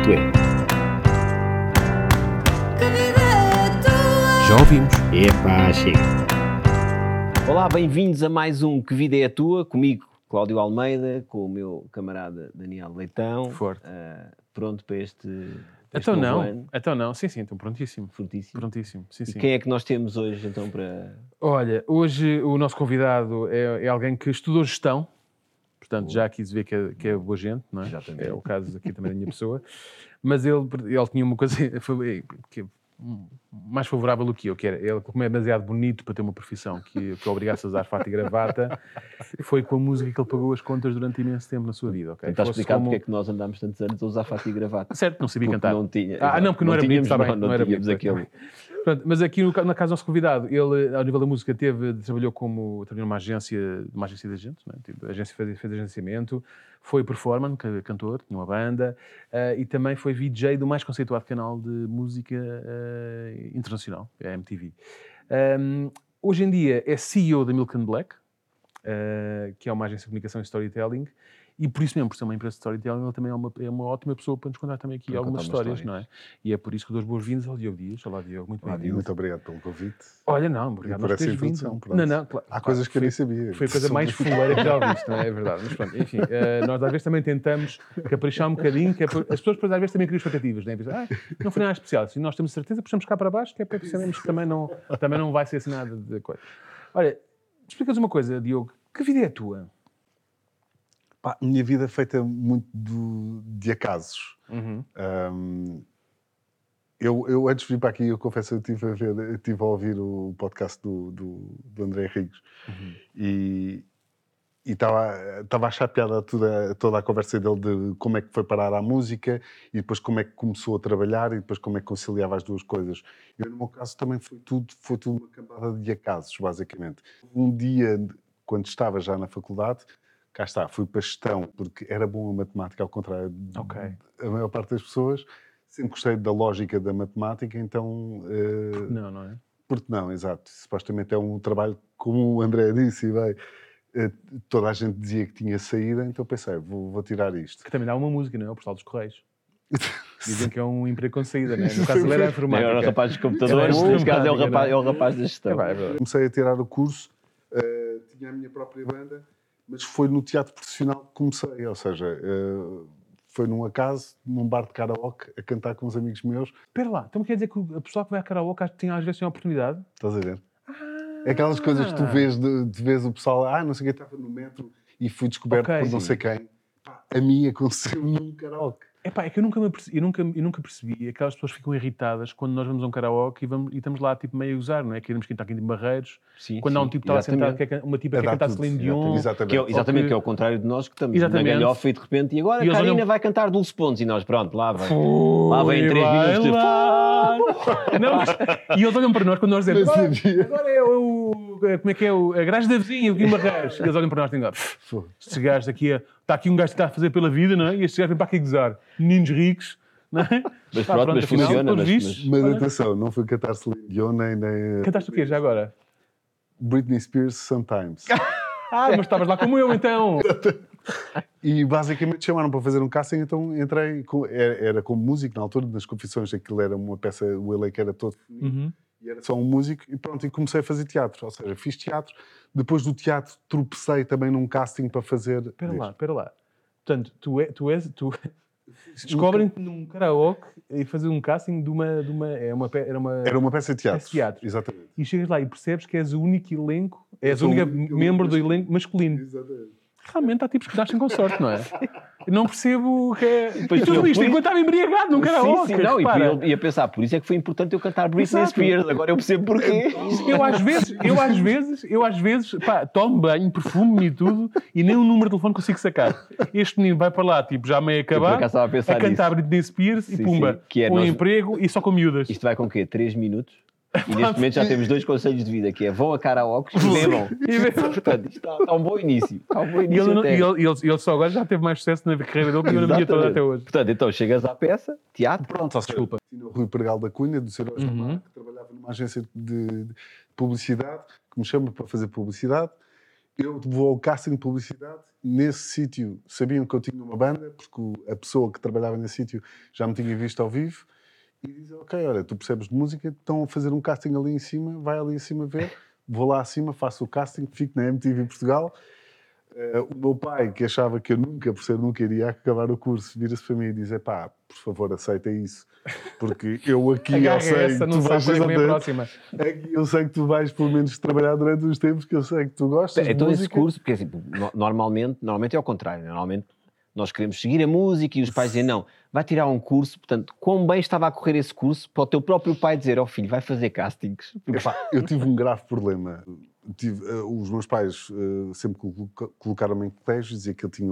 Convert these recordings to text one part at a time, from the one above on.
isto é. Já ouvimos. Epá, chega. Olá, bem-vindos a mais um Que Vida é a Tua, comigo, Cláudio Almeida, com o meu camarada Daniel Leitão. Forte. Pronto para este Então novo ano. não. Sim, estou prontíssimo. Fortíssimo. Prontíssimo, sim, E sim. quem é que nós temos hoje, então, para... Olha, hoje o nosso convidado é alguém que estudou gestão. Portanto, já aqui se vê que é boa gente, não é? Exatamente. É o caso aqui também da minha pessoa. Mas ele tinha uma coisa que mais favorável do que eu, que era ele, como é demasiado bonito para ter uma profissão que obrigasse a usar fato e gravata, foi com a música que ele pagou as contas durante imenso tempo na sua vida. Okay? Tentar explicar porque é que nós andámos tantos anos a usar fato e gravata. Certo, não sabia Porque cantar. não tinha. Não, porque não era bonito, está bem. Não era tínhamos bonito, aquele... Pronto, mas aqui, no caso do nosso convidado, ele, ao nível da música, trabalhou numa agência de agentes, não é? Tipo, a agência fez agenciamento, foi performer, cantor, tinha uma banda, e também foi VJ do mais conceituado canal de música internacional, a MTV. Hoje em dia é CEO da Milk and Black, que é uma agência de comunicação e storytelling, e por isso mesmo, por ser uma empresa de storytelling, ele também é uma ótima pessoa para nos contar também aqui algumas histórias, não é? E é por isso que dou as boas-vindas ao Diogo Dias. Olá, Diogo, muito bem-vindo. Muito obrigado pelo convite. Olha, não, obrigado por teres vindo. Não, claro. Há coisas que eu nem sabia. Foi a coisa mais fuleira que já ouviste, não é? É verdade. Mas pronto, enfim, nós às vezes também tentamos caprichar um bocadinho, as pessoas depois às vezes também criam expectativas, não é? Não foi nada especial. Se nós temos certeza, puxamos cá para baixo, que é para percebermos que também não vai ser assim nada de coisa. Olha, explicas uma coisa, Diogo, que vida é a tua? Pá, a minha vida é feita muito de acasos. Eu antes de vir para aqui, eu confesso, eu estive a ouvir o podcast do André Henriques e estava a achar piada toda a conversa dele de como é que foi parar à música e depois como é que começou a trabalhar e depois como é que conciliava as duas coisas. Eu, no meu caso, também foi tudo uma camada de acasos, basicamente. Um dia, quando estava já na faculdade, cá está, fui para gestão, porque era bom a matemática, ao contrário da maior parte das pessoas. Sempre gostei da lógica da matemática, então... Não é? Porque não, exato. Supostamente é um trabalho, como o André disse, e bem, toda a gente dizia que tinha saída, então pensei, vou tirar isto. Que também dá uma música, não é? O Postal dos Correios. Dizem que é um emprego com saída, não é? No caso, ele era informática. Era o rapaz dos computadores, neste caso é o rapaz da gestão. Comecei a tirar o curso, tinha a minha própria banda, mas foi no teatro profissional que comecei, ou seja, foi num acaso, num bar de karaoke, a cantar com uns amigos meus. Espera lá, então quer dizer que a pessoa que vai a karaoke às vezes tem a oportunidade? Estás a ver? É aquelas coisas que tu vês o pessoal, não sei o que, estava no metro e fui descoberto por não sei quem. A mim aconteceu num karaoke. É que eu nunca percebi aquelas pessoas que ficam irritadas quando nós vamos a um karaoke e estamos lá tipo meio a usar, não é? Queremos cantar aqui de Barreiros, quando há um tipo que está lá sentado, uma tipa que quer cantar Celine Dion. Exatamente, que é o contrário de nós que estamos na galhofa e de repente, e agora a Karina vai cantar Dulce Pontes e nós, pronto, lá vem em 3 minutos de... E eles olham para nós quando nós dizemos agora é como é que é a garagem da vizinha, o Guim Barreiros. E eles olham para nós e dizem, estes gajos aqui, está aqui um gajo que está a fazer pela vida, não é? E estes gajos vêm para aqui gozar. Meninos ricos, não é? Mas pronto, mas funciona. Mas atenção, não fui cantar Celine Dion nem... Cantaste o quê já agora? Britney Spears, Sometimes. Mas estavas lá como eu, então. E basicamente chamaram para fazer um casting, então entrei, era como músico na altura, nas Confissões, aquilo era uma peça, o elenco era todo e era só um músico, e pronto, e comecei a fazer teatro, ou seja, fiz teatro, depois do teatro tropecei também num casting para fazer... Espera lá. Portanto, descobrem-te num karaoke e fazer um casting de uma... Era uma peça de teatro. Exatamente. E chegas lá e percebes que és o único elenco, és a única membro do elenco masculino. Exatamente. Realmente há tipos que nascem com sorte, não é? Eu não percebo o que é... E tudo isto enquanto estava embriagado num karaoke. Sim, não, e ia pensar, por isso é que foi importante eu cantar Britney Spears, agora eu percebo porquê. Eu às vezes, tomo banho, perfumo-me e tudo, e nem um número de telefone consigo sacar. Este menino vai para lá, tipo, já meio acabado, a cantar Britney Spears e pumba, um emprego e só com miúdas. Isto vai com o quê? 3 minutos? E neste momento já temos 2 conselhos de vida, que é vão a karaoke e bebam. Portanto, isto está um bom início. E ele só agora já teve mais sucesso na carreira dele que eu na minha toda até hoje. Portanto, então chegas à peça, teatro. Pronto, desculpa. O Rui Pregal da Cunha, do Sr. que trabalhava numa agência de publicidade, que me chama para fazer publicidade. eu vou ao casting de publicidade, nesse sítio sabiam que eu tinha uma banda, porque a pessoa que trabalhava nesse sítio já me tinha visto ao vivo, e dizem, ok, olha, tu percebes de música, estão a fazer um casting ali em cima, vai ali em cima ver, vou lá acima, faço o casting, fico na MTV Portugal. O meu pai, que achava que eu nunca, por ser nunca, iria acabar o curso, vira-se para mim e diz, pá, por favor, aceita isso, porque eu aqui eu sei essa, que não tu vais sabe qual é a exatamente, próxima. aqui eu sei que tu vais pelo menos trabalhar durante os tempos que eu sei que tu gostas de Então esse música. curso, porque assim, normalmente é ao contrário, normalmente nós queremos seguir a música e os pais dizem não, vai tirar um curso, portanto, quão bem estava a correr esse curso para o teu próprio pai dizer, filho, vai fazer castings. Epá, eu tive um grave problema. Os meus pais sempre colocaram-me em colégio, dizia que ele tinha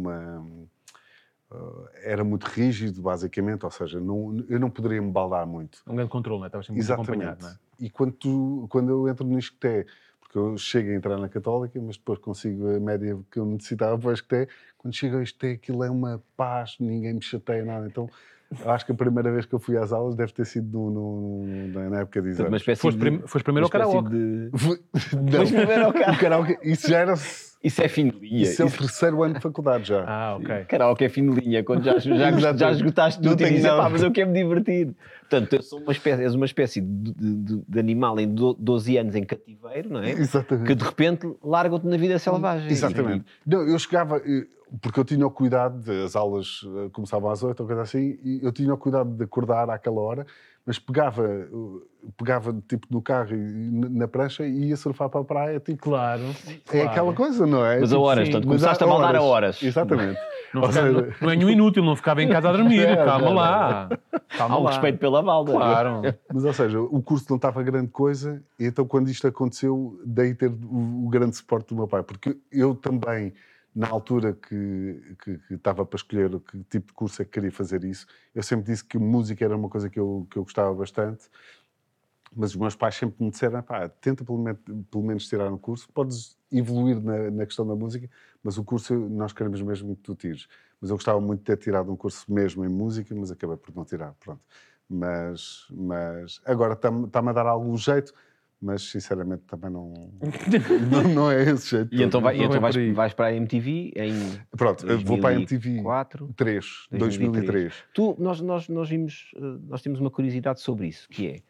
era muito rígido, basicamente, ou seja, eu não poderia me baldar muito. Um grande controle, não é? Estavas sempre muito acompanhado, não é? E quando eu entro no Isqueté, porque eu chego a entrar na Católica, mas depois consigo a média que eu necessitava para o Isqueté, quando chego ao Isqueté aquilo é uma paz, ninguém me chateia, nada. Então, acho que a primeira vez que eu fui às aulas deve ter sido na época de exames. Uma espécie Foste primeiro ao karaoke. Não, primeiro ao karaoke. Isso já era... Isso é fim de linha. Isso é o terceiro ano de faculdade já. Ah, ok. Karaoke é fim de linha, quando já esgotaste tudo e dizes, mas eu quero me divertir. Portanto, eu sou és uma espécie de animal em 12 anos em cativeiro, não é? Exatamente. Que de repente larga-te na vida selvagem. Exatamente. Não, eu chegava, porque eu tinha o cuidado, as aulas começavam às 8 ou coisa assim, e eu tinha o cuidado de acordar àquela hora, mas pegava tipo no carro e na prancha e ia surfar para a praia. Tipo, Claro. É aquela coisa, não é? Mas a horas, portanto, começaste a baldar a horas. Exatamente. Não é nenhum inútil, não ficava em casa a dormir. Calma lá. Há um respeito pela balda. Claro. Mas, ou seja, o curso não estava grande coisa, e então quando isto aconteceu, daí ter o grande suporte do meu pai, porque eu também, na altura que estava para escolher que tipo de curso é que queria fazer isso, eu sempre disse que música era uma coisa que eu gostava bastante, mas os meus pais sempre me disseram, tenta pelo menos tirar um curso, podes evoluir na questão da música, mas o curso nós queremos mesmo que tu tires. Mas eu gostava muito de ter tirado um curso mesmo em música, mas acabei por não tirar, pronto. Mas agora está-me a dar algum jeito, mas sinceramente também não é esse jeito. E então vais para a MTV em Pronto, 2004, vou para a MTV 2003. Nós temos uma curiosidade sobre isso, que é,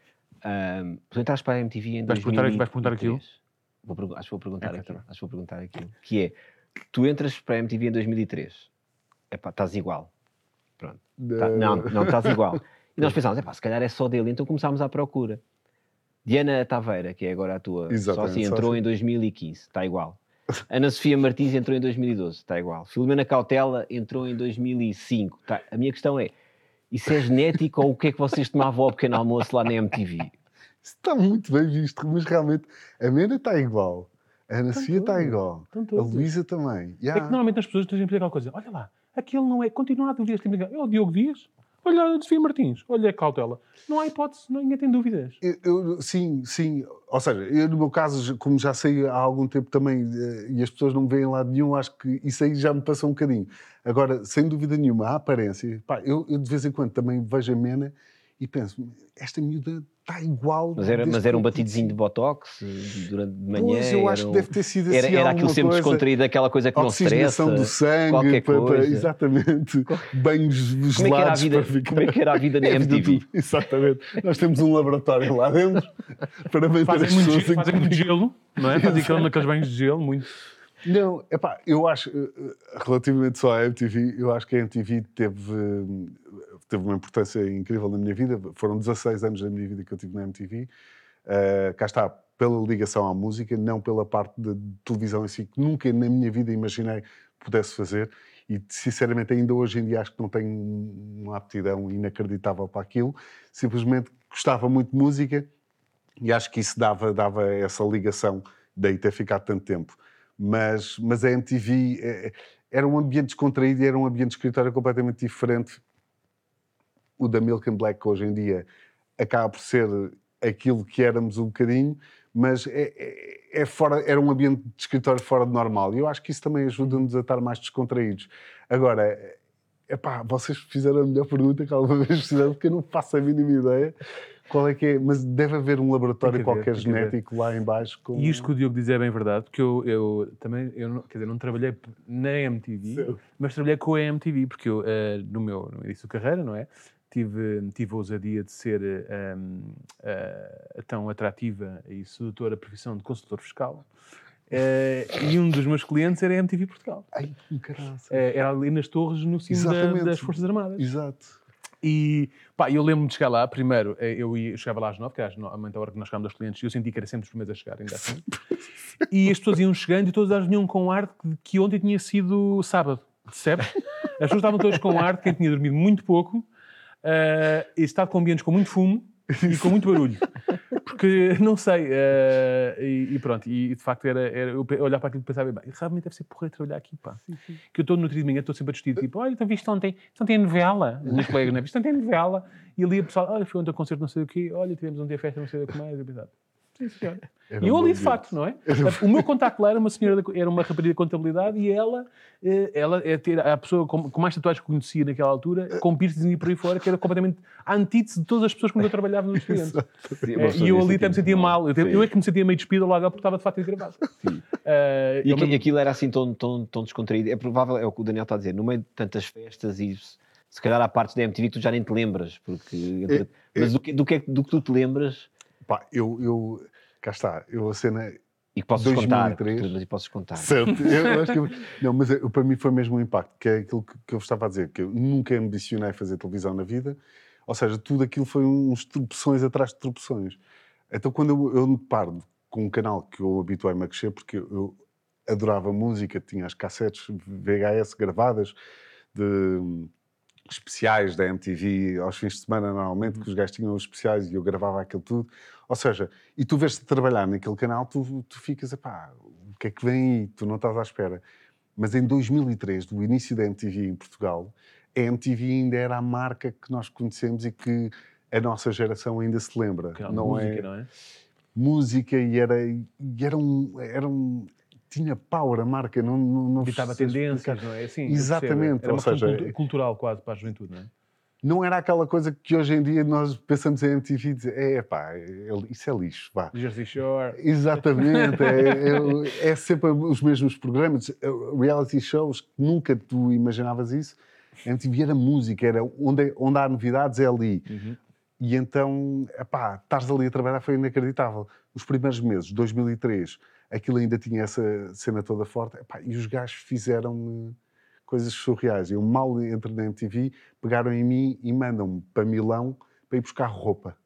tu entraste para a MTV em 2003. Vais perguntar aquilo? Acho que vou perguntar aquilo. Que é, tu entras para a MTV em 2003. Estás igual. Pronto. Não estás igual. E nós pensámos, se calhar é só dele. Então começámos à procura. Diana Taveira, que é agora a tua sócia, entrou em 2015. Está igual. Ana Sofia Martins entrou em 2012. Está igual. Filomena Cautela entrou em 2005. A minha questão é, isso é genético ou o que é que vocês tomavam ao pequeno almoço lá na MTV? Isso está muito bem visto, mas realmente a Mena está igual. A Ana Sofia está igual. A Luísa também. É que normalmente as pessoas têm sempre aquela coisa, olha lá, aquele não é, continua a dúvidas. É o Diogo Dias, olha a Sofia Martins, olha a Cautela. Não há hipótese, ninguém tem dúvidas. Sim. Ou seja, eu no meu caso, como já sei há algum tempo também, e as pessoas não me veem em lado nenhum, acho que isso aí já me passou um bocadinho. Agora, sem dúvida nenhuma, a aparência, eu de vez em quando também vejo a Mena e penso, esta miúda está igual. Mas era um batidozinho de botox de manhã? Pois, eu acho que deve ter sido assim era aquilo sempre descontraído, aquela coisa que não estressa. Oxigenação do sangue, exatamente. Banhos gelados para ficar... Como é que era a vida na MTV? Exatamente. Nós temos um laboratório lá dentro para manter as pessoas... Fazem muito gelo, não é? Fazem naqueles banhos de gelo, muito... Não, eu acho, relativamente só à MTV, eu acho que a MTV teve uma importância incrível na minha vida. Foram 16 anos da minha vida que eu tive na MTV. Cá está, pela ligação à música, não pela parte de televisão em si, que nunca na minha vida imaginei que pudesse fazer. E, sinceramente, ainda hoje em dia acho que não tenho uma aptidão inacreditável para aquilo. Simplesmente gostava muito de música e acho que isso dava essa ligação, daí ter ficado tanto tempo. Mas a MTV era um ambiente descontraído e era um ambiente de escritório completamente diferente. O da Milk and Black, que hoje em dia acaba por ser aquilo que éramos um bocadinho, mas era um ambiente de escritório fora de normal. E eu acho que isso também ajuda-nos a estar mais descontraídos. Agora, vocês fizeram a melhor pergunta que alguma vez fizeram, porque eu não faço a mínima ideia qual é que é, mas deve haver um laboratório Tem que haver, qualquer tem que haver. genético lá em baixo. Com... E isto que o Diogo diz é bem verdade, porque eu também, quer dizer, não trabalhei na MTV, Certo. mas trabalhei com a MTV, porque eu, no início de carreira, não é? Tive a ousadia de ser tão atrativa e sedutora a profissão de consultor fiscal. E um dos meus clientes era a MTV Portugal. Ai, que caralho. Era ali nas torres, no cimo das Forças Armadas. Exato. E pá, eu lembro-me de chegar lá, primeiro, eu chegava lá às 9, que era a hora que nós chegámos aos clientes, e eu senti que era sempre os primeiros a chegar, ainda assim. E as pessoas iam chegando e todas elas vinham com ar que ontem tinha sido sábado, percebe? As pessoas estavam todas com ar de quem tinha dormido muito pouco, e estado com ambientes com muito fumo e com muito barulho. Porque, não sei, e pronto, e de facto eu olhar para aquilo e pensava, bem, realmente deve ser porreiro trabalhar aqui, pá. Sim. Que eu estou no trio de manhã, estou sempre a discutir, tipo, olha, então viste ontem a novela? Os meus colegas, não é? Viste ontem a novela? E ali a pessoa, olha, fui ontem a concerto não sei o quê, olha, tivemos ontem a festa não sei o que mais, eu pensava, sim, senhor. E eu ali, de facto, não é? O meu contacto lá era uma senhora, era uma rapariga de contabilidade e ela a pessoa com mais tatuagens que conhecia naquela altura, com piercing e por aí fora, que era completamente a antítese de todas as pessoas com quem eu trabalhava nos clientes. E eu ali até me sentia mal. Eu é que me sentia meio despido logo porque estava de fato gravado. E aquilo era assim tão descontraído. É provável, é o que o Daniel está a dizer, no meio de tantas festas e se calhar há partes da MTV que tu já nem te lembras. Mas do que tu te lembras? Pá, cá está, a cena... E que possas 2003, contar, e possas contar. Certo, eu acho que... Não, mas para mim foi mesmo um impacto, que é aquilo que eu vos estava a dizer, que eu nunca ambicionei fazer televisão na vida, ou seja, tudo aquilo foi uns tropeções atrás de tropeções. Então quando eu me deparo com um canal que eu habituei-me a crescer, porque eu adorava música, tinha as cassetes VHS gravadas de especiais da MTV aos fins de semana, normalmente, que os gajos tinham os especiais e eu gravava aquilo tudo. Ou seja, e tu vês-te trabalhar naquele canal, tu ficas, epá, o que é que vem aí? Tu não estás à espera. Mas em 2003, do início da MTV em Portugal, a MTV ainda era a marca que nós conhecemos e que a nossa geração ainda se lembra. Não é? Música, e era um tinha power a marca, não ditava tendências, não é? Assim, exatamente. Era uma questão cultural quase para a juventude, não é? Não era aquela coisa que hoje em dia nós pensamos em MTV e dizemos, isso é lixo, vá. Jersey Shore. Exatamente, é sempre os mesmos programas, reality shows, que nunca tu imaginavas isso. A MTV era música, era onde há novidades é ali. Uhum. E então, estares ali a trabalhar foi inacreditável. Os primeiros meses, 2003, aquilo ainda tinha essa cena toda forte, e os gajos fizeram coisas surreais. Eu mal entro na MTV, pegaram em mim e mandam-me para Milão para ir buscar roupa.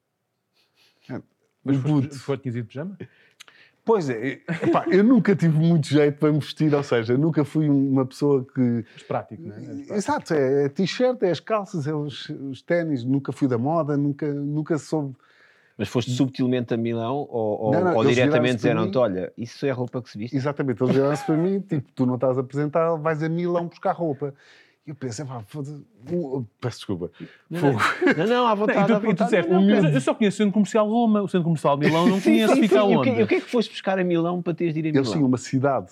Mas tinhas ido de pijama? Pois é, eu nunca tive muito jeito para me vestir, ou seja, nunca fui uma pessoa que... Mas prático, não é? Exato, é a t-shirt, é as calças, é os ténis, nunca fui da moda, nunca soube... Mas foste subtilmente a Milão ou eles diretamente disseram-te, mim, olha, isso é a roupa que se viste? Exatamente, eles viraram-se para mim, tipo, tu não estás a apresentar, vais a Milão buscar roupa. E eu pensei, peço desculpa. Não, à vontade. E tu disseste, eu só conheço o Centro Comercial Roma, o Centro Comercial de Milão não conheço, fica onde? E o que é que foste buscar a Milão para teres de ir a Milão? Eles tinham uma cidade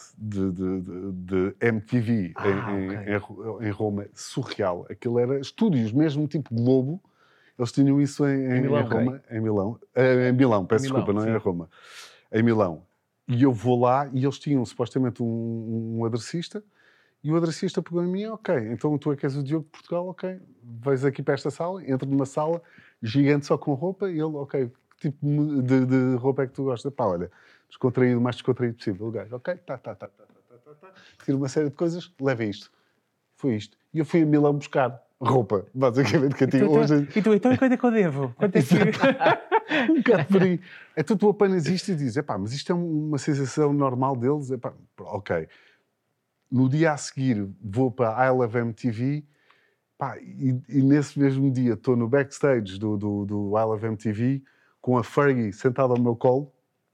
de MTV em Roma, surreal. Aquilo era estúdios, mesmo tipo Globo. Eles tinham isso em Milão, Roma, em Milão. Em Milão, peço desculpa, não é em Roma. Em Milão. E eu vou lá e eles tinham supostamente um adressista. E o adressista pegou em mim, ok, então tu é que és o Diogo de Portugal, ok, vais aqui para esta sala, entro numa sala gigante só com roupa, e ele, ok, que tipo de roupa é que tu gostas? Olha, descontraído, o mais descontraído possível. O gajo, ok, tira uma série de coisas, leva isto. Foi isto. E eu fui a Milão buscar roupa, basicamente, que eu tinha hoje. E tu, então quanto é que eu devo? Quanto é que... Um bocado por aí. Então tu apenas isto e dizes, mas isto é uma sensação normal deles, ok. No dia a seguir vou para I Love MTV, e nesse mesmo dia estou no backstage do I Love MTV com a Fergie sentada ao meu colo,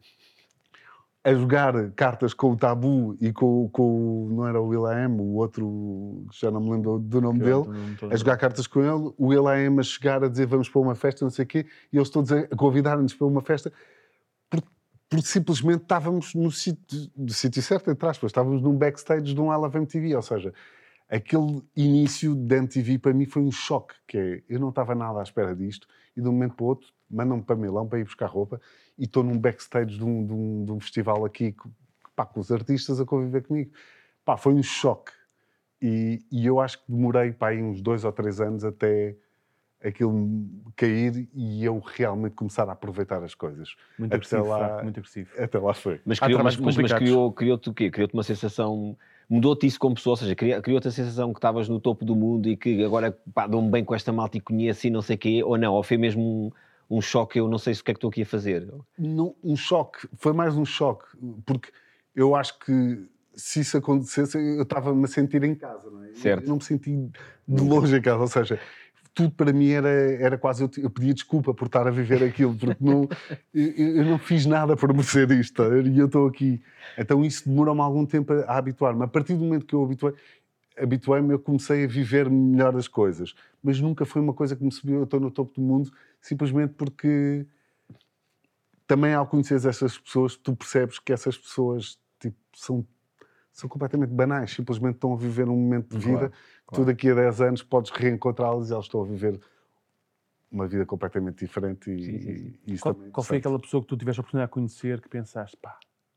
a jogar cartas com o Tabu e com não era o Will.i.am, o outro, já não me lembro do nome dele, a jogar cartas com ele, o Will.i.am a chegar a dizer vamos para uma festa, não sei o quê, e eles todos a convidar-nos para uma festa, porque simplesmente estávamos no sítio certo, entre aspas, estávamos num backstage de um I Love MTV, ou seja, aquele início da MTV para mim foi um choque, que é, eu não estava nada à espera disto, e de um momento para o outro mandam-me para Milão para ir buscar roupa e estou num backstage de um festival aqui, pá, com os artistas a conviver comigo. Pá, foi um choque. E eu acho que demorei, pá, aí uns 2 ou 3 anos até aquilo cair e eu realmente começar a aproveitar as coisas. Muito agressivo, muito agressivo. Até lá foi. Mas trabalhos criou-te o quê? Criou-te uma sensação... Mudou-te isso como pessoa? Ou seja, criou-te a sensação que estavas no topo do mundo e que agora, pá, dou-me bem com esta malta e conheço e não sei o quê? Ou não? Ou foi mesmo um choque? Eu não sei o que é que estou aqui a fazer. Não, um choque. Foi mais um choque. Porque eu acho que se isso acontecesse, eu estava-me a sentir em casa, não é? Certo. Eu não me senti de longe em casa. Ou seja, tudo para mim era quase... Eu pedia desculpa por estar a viver aquilo, porque não, eu não fiz nada para merecer isto, e eu estou aqui. Então isso demorou-me algum tempo a habituar-me. A partir do momento que eu habituei-me, eu comecei a viver melhor as coisas. Mas nunca foi uma coisa que me subiu, eu estou no topo do mundo, simplesmente porque também ao conheceres essas pessoas, tu percebes que essas pessoas tipo, são completamente banais, simplesmente estão a viver um momento de vida. Claro. Tu daqui a 10 anos podes reencontrá-los e eles estão a viver uma vida completamente diferente. E isso também Qual foi aquela pessoa que tu tiveste a oportunidade de conhecer que pensaste, pá,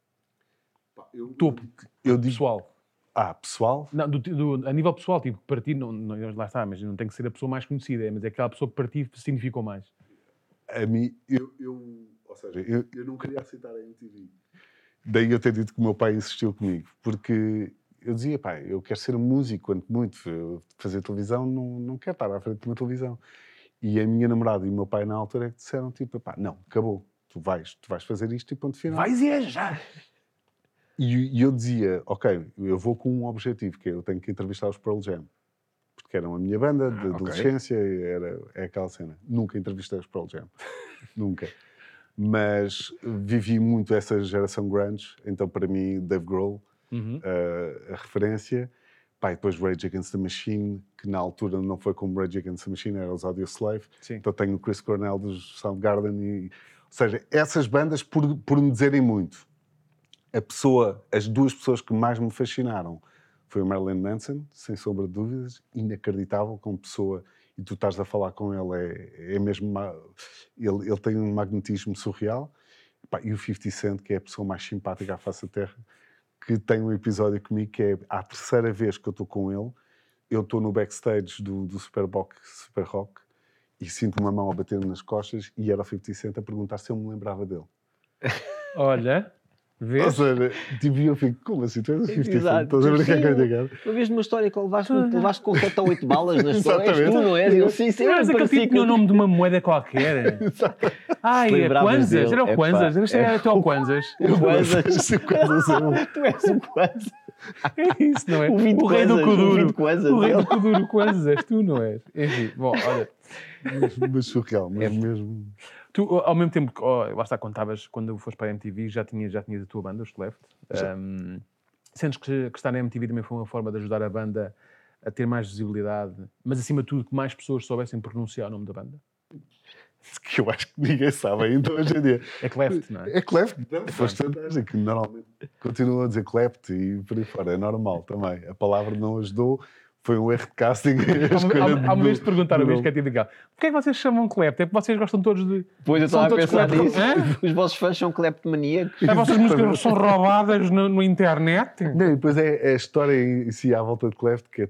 topo? Eu digo, pessoal? pessoal? Não, a nível pessoal, tipo, para ti, lá está, mas não tem que ser a pessoa mais conhecida, mas é aquela pessoa que para ti significou mais. A mim, ou seja, eu não queria aceitar a MTV. Daí eu ter dito que o meu pai insistiu comigo, porque eu dizia, pai, eu quero ser músico, quanto muito, fazer televisão, não quero estar à frente de uma televisão. E a minha namorada e o meu pai na altura é que disseram, tipo, pá, não, acabou, tu vais fazer isto e ponto final. Vais e é já! E eu dizia, ok, eu vou com um objetivo, que é eu tenho que entrevistar os Pearl Jam. Porque eram a minha banda de adolescência, é aquela cena. Nunca entrevistei os Pearl Jam. Nunca. Mas vivi muito essa geração grunge, então para mim Dave Grohl, a referência. Pá, e depois Rage Against the Machine, que na altura não foi como Rage Against the Machine, era os Audioslave. Sim. Então tenho o Chris Cornell dos Soundgarden. Ou seja, essas bandas por me dizerem muito. As 2 pessoas que mais me fascinaram foi o Marilyn Manson, sem sombra de dúvidas, inacreditável como pessoa, e tu estás a falar com ele, é mesmo... Ele tem um magnetismo surreal. Pá, e o 50 Cent, que é a pessoa mais simpática à face da Terra, que tem um episódio comigo que é a 3ª vez que eu estou com ele, eu estou no backstage do Super Rock e sinto uma mão a bater-me nas costas e era o 50 Cent a perguntar se eu me lembrava dele. Olha... Vês? Ou seja, tipo, eu fico, como assim? Tu és o 50 Cent? Exato. Estás a ver o que é que eu digo? Uma vez numa história que levaste com 7 ou 8 balas nas costas, Exatamente. tu não és? Eu sim, sim. Mas aquele tipo tinha o nome de uma moeda qualquer. Ai, é Lembravas Kwanzas, dele. era o Kwanzas. Epá, Era até o Kwanzas. O Kwanzas. Tu és Tu és o Kwanzas. É isso, não é? O Vinte O rei do Kwanzas, o Kuduro. Vinte Kwanzas. O rei do Kuduro Kwanzas és tu, não és? Enfim, bom, olha. Mas surreal, mas mesmo... Tu, ao mesmo tempo que, lá está, quando foste para a MTV, já tinhas a tua banda, os Cleft. Sentes que estar na MTV também foi uma forma de ajudar a banda a ter mais visibilidade, mas acima de tudo que mais pessoas soubessem pronunciar o nome da banda? Que eu acho que ninguém sabe ainda hoje em dia. É Cleft, não é? É Cleft, foste fantástico. Normalmente continuam a dizer Cleft e por aí fora, é normal também. A palavra não ajudou, foi um erro de casting. Há uma vez de perguntar a vez que é tipo legal. Porquê é que vocês chamam Clept? É porque vocês gostam todos de... Pois eu estava a pensar nisso. Hã? Os vossos fãs são cleptomaníacos. As vossas músicas são roubadas na internet? Não, e depois é a história em si à volta de Cleft, que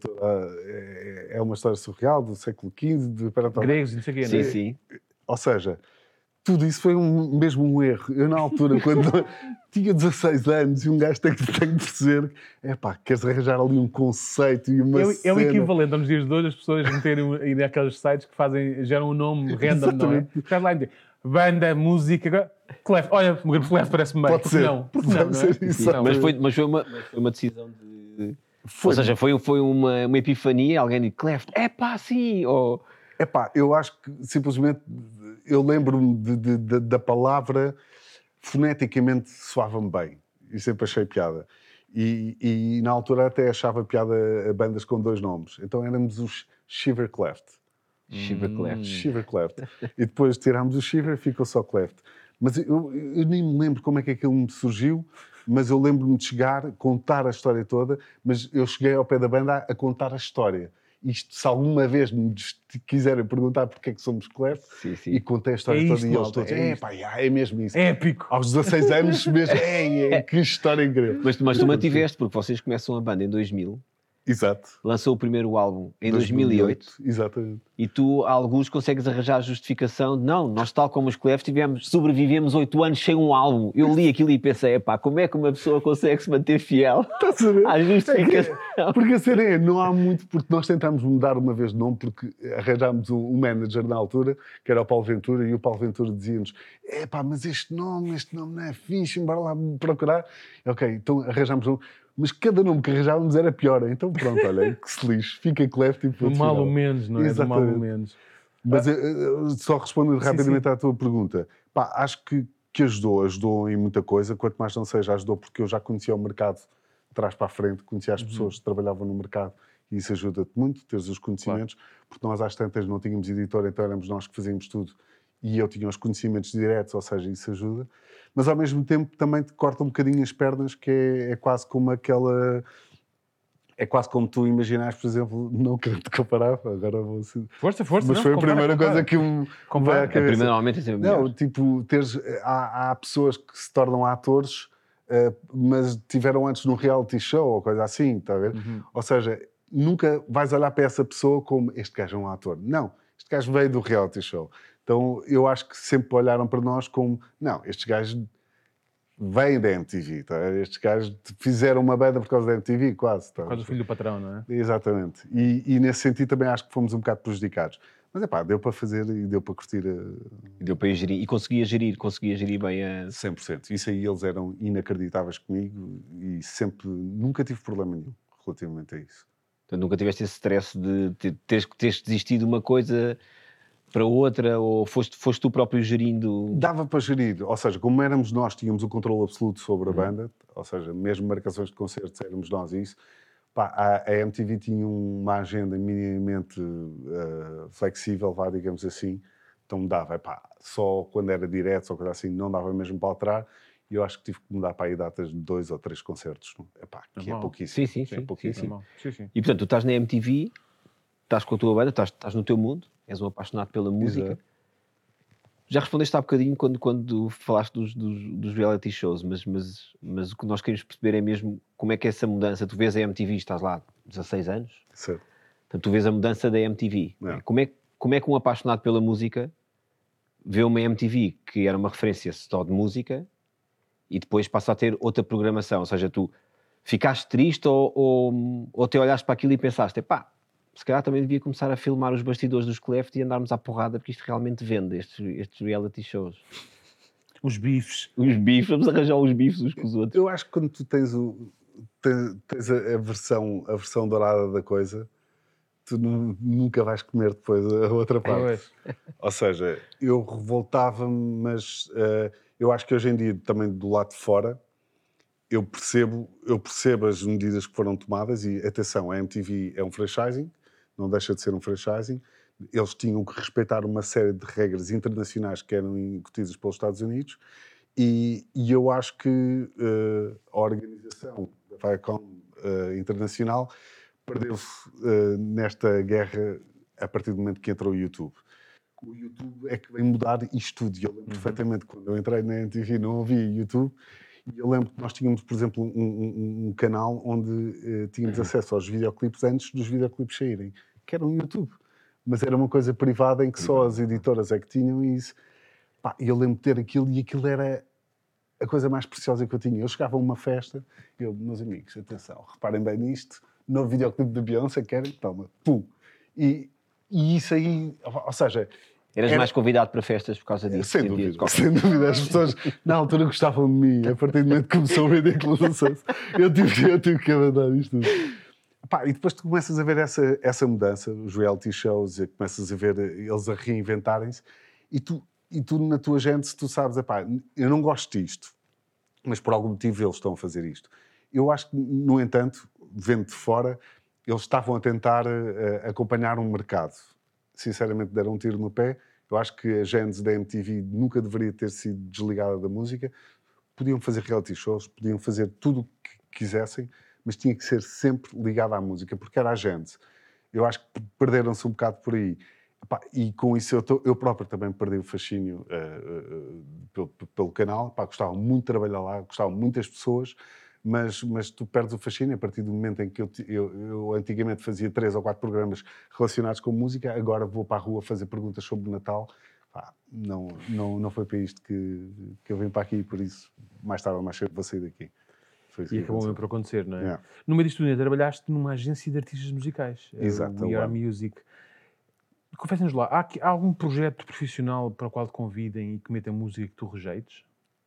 é uma história surreal do século XV, de Gregos e não sei o quê, não Sim, é? sim. Ou seja, tudo isso foi mesmo um erro. Eu, na altura, quando tinha 16 anos, e um gajo tem que perceber, queres arranjar ali um conceito e uma É o cena. equivalente aos dias de hoje as pessoas meterem aí naqueles sites que geram um nome random, não é? Estás lá e dizer, banda, música, Cleft. Olha, o grupo Cleft parece-me bem. Pode ser. Porque não, não é? Isso. Não. Mas foi uma decisão de... Ou seja, foi uma epifania, alguém disse, Cleft, sim, ou... Eu acho que simplesmente eu lembro-me da palavra, foneticamente soava-me bem e sempre achei piada. E na altura até achava piada a bandas com 2 nomes. Então éramos os Shiver Cleft. Shiver Cleft. Shiver Cleft. E depois tirámos o Shiver, ficou só Cleft. Mas eu nem me lembro como é que aquilo me surgiu, mas eu lembro-me de chegar, contar a história toda, mas eu cheguei ao pé da banda a contar a história. isto, se alguma vez me quiserem perguntar porque é que somos Clef, e contei a história toda isto, e eles malta, todos, é é mesmo isso. Épico! Aos 16 anos mesmo, que história incrível. Mas tu mantiveste, porque vocês começam a banda em 2000, Exato. lançou o primeiro álbum em 2008, Exatamente. e tu, a alguns, consegues arranjar a justificação de não, nós tal como os Clef sobrevivemos 8 anos sem um álbum. Eu li aquilo e pensei, como é que uma pessoa consegue se manter fiel Estás a ver? à justificação? Porque a cena não há muito, porque nós tentámos mudar uma vez de nome, porque arranjámos um manager na altura, que era o Paulo Ventura, e o Paulo Ventura dizia-nos, mas este nome não é fixe, embora lá procurar. Ok, então arranjámos um, mas cada nome que arranjávamos era pior. Então pronto, olha, que se lixe, fica Clef, tipo... Do mal ou menos, não é? Do mal ou menos. Mas só respondendo rapidamente sim. à tua pergunta, acho que ajudou em muita coisa, quanto mais não seja, ajudou porque eu já conhecia o mercado de trás para a frente, conhecia as pessoas que trabalhavam no mercado e isso ajuda-te muito, teres os conhecimentos, porque nós às tantas não tínhamos editor, então éramos nós que fazíamos tudo e eu tinha os conhecimentos diretos, ou seja, isso ajuda. Mas ao mesmo tempo também te corta um bocadinho as pernas, que é quase como aquela... É quase como tu imaginares, por exemplo, não querendo te comparar, agora vou... Força, Mas não, foi a primeira coisa que me veio à cabeça. Normalmente é sempre melhor. Não, tipo, há pessoas que se tornam atores, mas tiveram antes num reality show ou coisa assim, está a ver? Ou seja, nunca vais olhar para essa pessoa como este gajo é um ator. Não, este gajo veio do reality show. Então eu acho que sempre olharam para nós como, não, estes gajos vêm da MTV, tá? Estes gajos fizeram uma banda por causa da MTV, quase. Tá? Por causa do filho do patrão, não é? Exatamente. E nesse sentido também acho que fomos um bocado prejudicados. Mas deu para fazer e deu para curtir. Deu para gerir. E conseguia gerir bem a... 100%. Isso aí eles eram inacreditáveis comigo e sempre, nunca tive problema nenhum relativamente a isso. Então, nunca tiveste esse stress de teres desistido de uma coisa para outra, ou foste tu próprio gerindo? Dava para gerir, ou seja, como éramos nós, tínhamos o controle absoluto sobre a banda, ou seja, mesmo marcações de concertos éramos nós e isso. A MTV tinha uma agenda minimamente flexível, digamos assim, então dava, só quando era direto, ou coisa assim, não dava mesmo para alterar, e eu acho que tive que mudar para aí datas de 2 ou 3 concertos, que é pouquíssimo. Sim. É pouquíssimo. Sim. E portanto, tu estás na MTV, estás com a tua banda, estás no teu mundo, és um apaixonado pela música. Exato. Já respondeste há bocadinho quando falaste dos reality shows, mas o que nós queremos perceber é mesmo como é que é essa mudança. Tu vês a MTV, estás lá 16 anos, Certo. portanto, tu vês a mudança da MTV. É. Como é que um apaixonado pela música vê uma MTV que era uma referência só de música e depois passa a ter outra programação? Ou seja, tu ficaste triste ou te olhaste para aquilo e pensaste, se calhar também devia começar a filmar os bastidores dos Cleft e andarmos à porrada, porque isto realmente vende, estes reality shows. Os bifes. Os bifes, vamos arranjar os bifes uns com os outros. Eu acho que quando tu tens a versão dourada da coisa, tu nunca vais comer depois a outra parte. Ou seja, eu revoltava-me, mas eu acho que hoje em dia, também do lado de fora, eu percebo as medidas que foram tomadas e, atenção, a MTV é um franchising, não deixa de ser um franchising. Eles tinham que respeitar uma série de regras internacionais que eram incutidas pelos Estados Unidos e eu acho que a organização da Viacom internacional perdeu-se nesta guerra a partir do momento que entrou o YouTube. O YouTube é que vem mudar isto tudo. Eu lembro perfeitamente, quando eu entrei na MTV não havia YouTube. E eu lembro que nós tínhamos, por exemplo, um canal onde tínhamos acesso aos videoclipes antes dos videoclipes saírem, que era no YouTube. Mas era uma coisa privada em que só as editoras é que tinham isso. E eu lembro de ter aquilo e aquilo era a coisa mais preciosa que eu tinha. Eu chegava a uma festa, meus amigos, atenção, reparem bem nisto, novo videoclipe de Beyoncé, querem? Toma, pum. E isso aí, ou seja... Eras mais convidado para festas por causa disso? Sem dúvida. As pessoas na altura gostavam de mim. A partir do momento que começou a ridicularização, eu tive que abandonar isto tudo. E depois tu começas a ver essa mudança, os reality shows, e começas a ver eles a reinventarem-se, e tu na tua gente, tu sabes, eu não gosto disto, mas por algum motivo eles estão a fazer isto. Eu acho que, no entanto, vendo de fora, eles estavam a tentar acompanhar um mercado. Sinceramente, deram um tiro no pé. Eu acho que a gênese da MTV nunca deveria ter sido desligada da música. Podiam fazer reality shows, podiam fazer tudo o que quisessem, mas tinha que ser sempre ligada à música, porque era a gênese. Eu acho que perderam-se um bocado por aí. Epá, e com isso eu próprio também perdi o fascínio pelo canal. Epá, gostava muito de trabalhar lá, gostava muito das pessoas, mas tu perdes o fascínio a partir do momento em que eu antigamente fazia 3 ou 4 programas relacionados com música, agora vou para a rua fazer perguntas sobre o Natal. Epá, não foi para isto que eu vim para aqui, por isso mais tarde ou mais cedo vou sair daqui. E acabou mesmo por acontecer, não é? Yeah. No meio disto tudo, trabalhaste numa agência de artistas musicais, Exato, We a Are One. Music. Confessa-nos lá, há algum projeto profissional para o qual te convidem e que metam música que tu rejeites?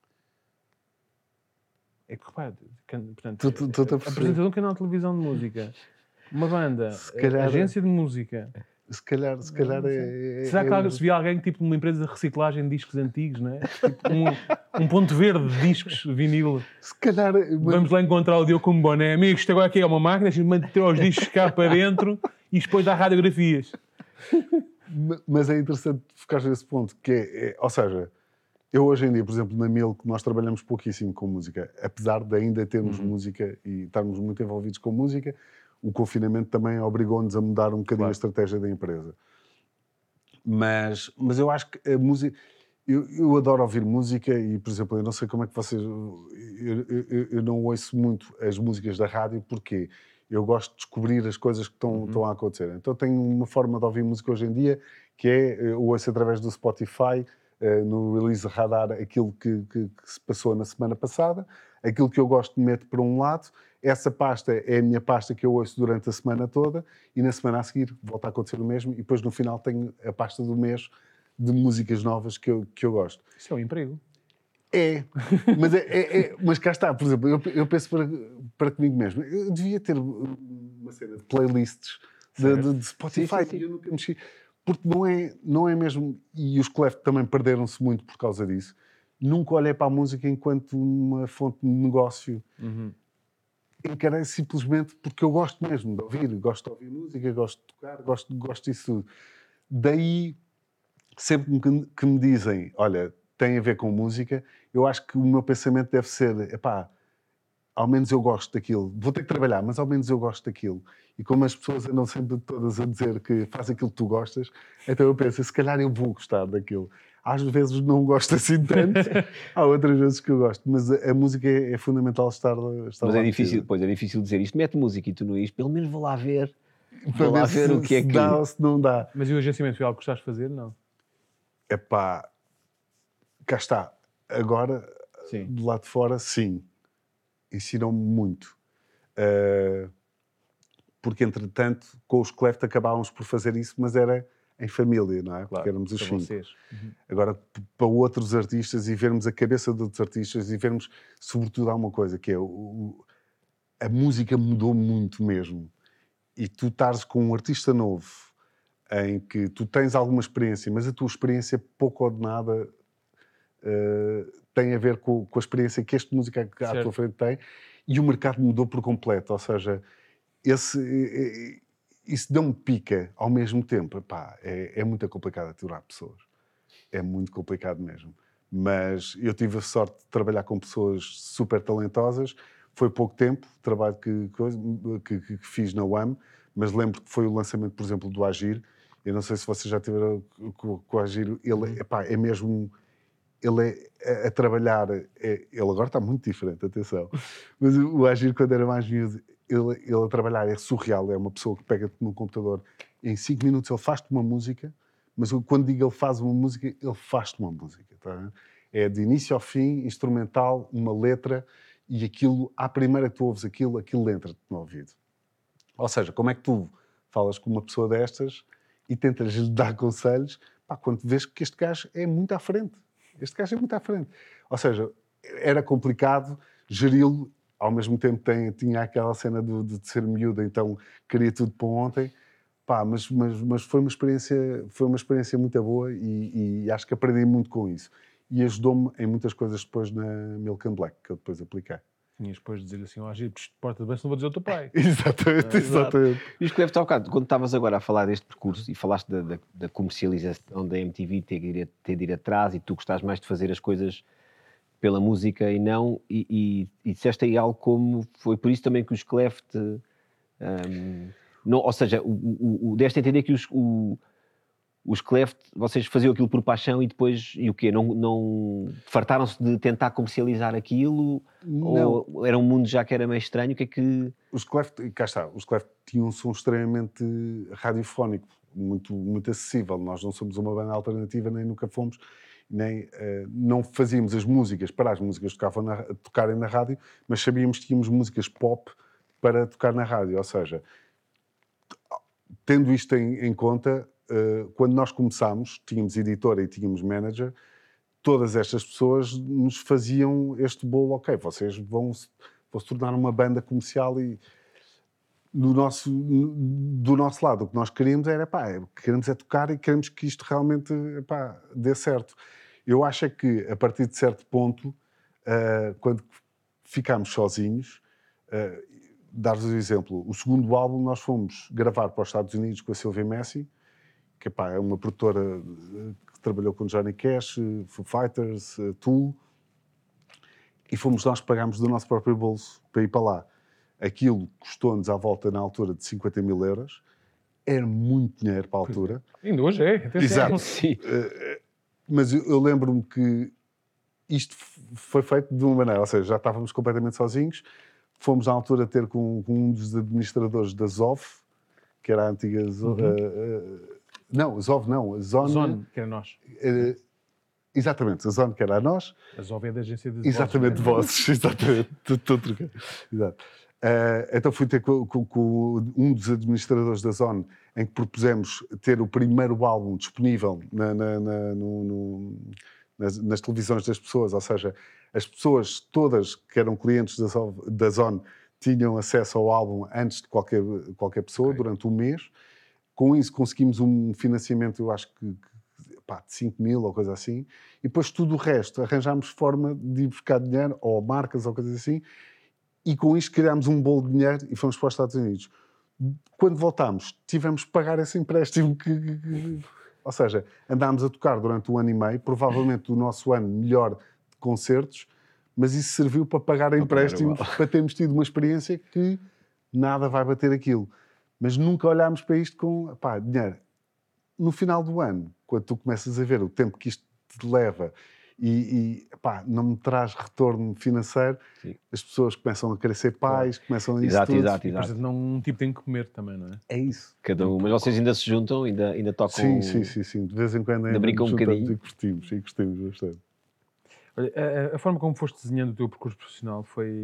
É que, repara, portanto, Estou-te a perceber. apresentador de um canal de televisão de música, uma banda, Se calhar- agência de música. Se calhar Será que se via alguém tipo numa empresa de reciclagem de discos antigos, não é? Tipo, um ponto verde de discos vinil. Se calhar... Vamos lá encontrar o Diogo com um boné. Amigos, isto agora aqui é uma máquina, deixa-me manter os discos cá para dentro e depois dá radiografias. Mas é interessante focar nesse ponto, que ou seja, eu hoje em dia, por exemplo, na Milk, nós trabalhamos pouquíssimo com música, apesar de ainda termos música e estarmos muito envolvidos com música, o confinamento também obrigou-nos a mudar um bocadinho a estratégia da empresa. Mas eu acho que a música... Eu adoro ouvir música e, por exemplo, eu não sei como é que vocês... Eu não ouço muito as músicas da rádio, porque eu gosto de descobrir as coisas que estão a acontecer. Então tenho uma forma de ouvir música hoje em dia, que é, eu ouço através do Spotify, no Release Radar, aquilo que se passou na semana passada, aquilo que eu gosto meto para um lado, essa pasta é a minha pasta que eu ouço durante a semana toda, e na semana a seguir volta a acontecer o mesmo, e depois no final tenho a pasta do mês de músicas novas que eu gosto. Isso é um emprego. Mas cá está, por exemplo, eu penso para comigo mesmo, eu devia ter uma cena de playlists de Spotify, Sim. e eu nunca mexi, porque não é mesmo, e os Clef também perderam-se muito por causa disso, nunca olhei para a música enquanto uma fonte de negócio. Encarei simplesmente porque eu gosto mesmo de ouvir, gosto de ouvir música, gosto de tocar, gosto disso tudo. Daí, sempre que me dizem, olha, tem a ver com música, eu acho que o meu pensamento deve ser, epá, ao menos eu gosto daquilo. Vou ter que trabalhar, mas ao menos eu gosto daquilo. E como as pessoas andam sempre todas a dizer que faz aquilo que tu gostas, então eu penso, se calhar eu vou gostar daquilo. Às vezes não gosto assim tanto, há outras vezes que eu gosto, mas a música é fundamental estar Mas lá é difícil, metida. pois é difícil dizer isto. Mete música e tu não isto, pelo menos vou lá ver. Para Vou lá ver ver o que é se que... dá ou se não dá. Mas e o agenciamento foi algo que gostaste de fazer? Não. Epá, cá está. Agora, Sim. do lado de fora, sim. Ensinam-me muito. Porque, entretanto, com os Cleft acabávamos por fazer isso, mas era em família, não é? Claro, Porque éramos os para 5. vocês. Agora, para outros artistas e vermos a cabeça de outros artistas e vermos, sobretudo, há uma coisa, que é a música mudou muito mesmo. E tu estares com um artista novo, em que tu tens alguma experiência, mas a tua experiência, pouco ou de nada, tem a ver com a experiência que este músico à tua frente tem, e o mercado mudou por completo. Ou seja, isso não me pica ao mesmo tempo. Epá, é muito complicado aturar pessoas. É muito complicado mesmo. Mas eu tive a sorte de trabalhar com pessoas super talentosas. Foi pouco tempo o trabalho que fiz na UAM, mas lembro que foi o lançamento, por exemplo, do Agir. Eu não sei se vocês já tiveram com o Agir. Ele é mesmo... Ele é a trabalhar... ele agora está muito diferente, atenção. Mas o Agir, quando era mais miúdo, ele a trabalhar é surreal. É uma pessoa que pega-te no computador, em 5 minutos ele faz-te uma música, mas quando digo ele faz uma música, ele faz-te uma música. Tá? É de início ao fim, instrumental, uma letra, e aquilo, à primeira que tu ouves aquilo entra-te no ouvido. Ou seja, como é que tu falas com uma pessoa destas e tentas lhe dar conselhos, quando vês que este gajo é muito à frente. Este gajo é muito à frente. Ou seja, era complicado geri-lo, ao mesmo tempo tinha aquela cena de ser miúdo, então queria tudo para ontem. Mas foi uma experiência muito boa e acho que aprendi muito com isso. E ajudou-me em muitas coisas depois na Milk and Black, que eu depois apliquei. Tinhas depois de dizer assim, Agir, porta bem, se não vou dizer ao teu pai. Exatamente. E os Clef, há bocado, quando estavas agora a falar deste percurso e falaste da comercialização da MTV ter de ir atrás e tu gostas mais de fazer as coisas pela música e não, e disseste aí algo como, foi por isso também que os Clef Não, ou seja, deste a entender que os Cleft, vocês faziam aquilo por paixão e depois, e o quê? Não fartaram-se de tentar comercializar aquilo? Não. Ou era um mundo já que era meio estranho? O que é que... Os Cleft, cá está, os Cleft tinham um som extremamente radiofónico, muito, muito acessível. Nós não somos uma banda alternativa, nem nunca fomos, nem não fazíamos as músicas para as músicas que tocarem na rádio, mas sabíamos que tínhamos músicas pop para tocar na rádio. Ou seja, tendo isto em conta, quando nós começámos, tínhamos editora e tínhamos manager, todas estas pessoas nos faziam este bolo, ok, vocês vão se tornar uma banda comercial e do nosso lado o que nós queríamos era, queremos é tocar e queremos que isto realmente dê certo. Eu acho é que a partir de certo ponto, quando ficámos sozinhos, dar-vos um exemplo, o segundo álbum nós fomos gravar para os Estados Unidos com a Sylvia Messi, que é uma produtora que trabalhou com Johnny Cash, Foo Fighters, Tool, e fomos nós que pagámos do nosso próprio bolso para ir para lá. Aquilo custou-nos à volta na altura de 50 mil euros, era muito dinheiro para a altura. Ainda hoje é. Atenção. Exato. Sim. Mas eu lembro-me que isto foi feito de uma maneira, ou seja, já estávamos completamente sozinhos, fomos na altura ter com um dos administradores da ZOV, que era a antiga... Não, a ZOV não, a Zone... Zone, que era nós. Exatamente, a Zone que era a nós. A Zove é da agência de Exatamente, de vozes, exatamente. Estou a trocar. Exato. Então fui ter com um dos administradores da Zone, em que propusemos ter o primeiro álbum disponível nas televisões das pessoas, ou seja, as pessoas todas que eram clientes da Zone tinham acesso ao álbum antes de qualquer pessoa, durante um mês. Com isso conseguimos um financiamento, eu acho que de 5 mil ou coisa assim, e depois tudo o resto, arranjámos forma de ir buscar dinheiro, ou marcas ou coisas assim, e com isto criámos um bolo de dinheiro e fomos para os Estados Unidos. Quando voltámos, tivemos que pagar esse empréstimo ou seja, andámos a tocar durante 1 ano e meio, provavelmente o nosso ano melhor de concertos, mas isso serviu para pagar empréstimos, para termos tido uma experiência que nada vai bater aquilo. Mas nunca olhámos para isto com dinheiro. No final do ano, quando tu começas a ver o tempo que isto te leva e não me traz retorno financeiro, sim, as pessoas começam a querer ser pais, começam a isso tudo. Exato. Não, um tipo tem que comer também, não é? É isso. Cada um. Mas vocês ainda se juntam, ainda tocam... Sim. De vez em quando ainda brincam um bocadinho. E curtimos bastante. Olha, a forma como foste desenhando o teu percurso profissional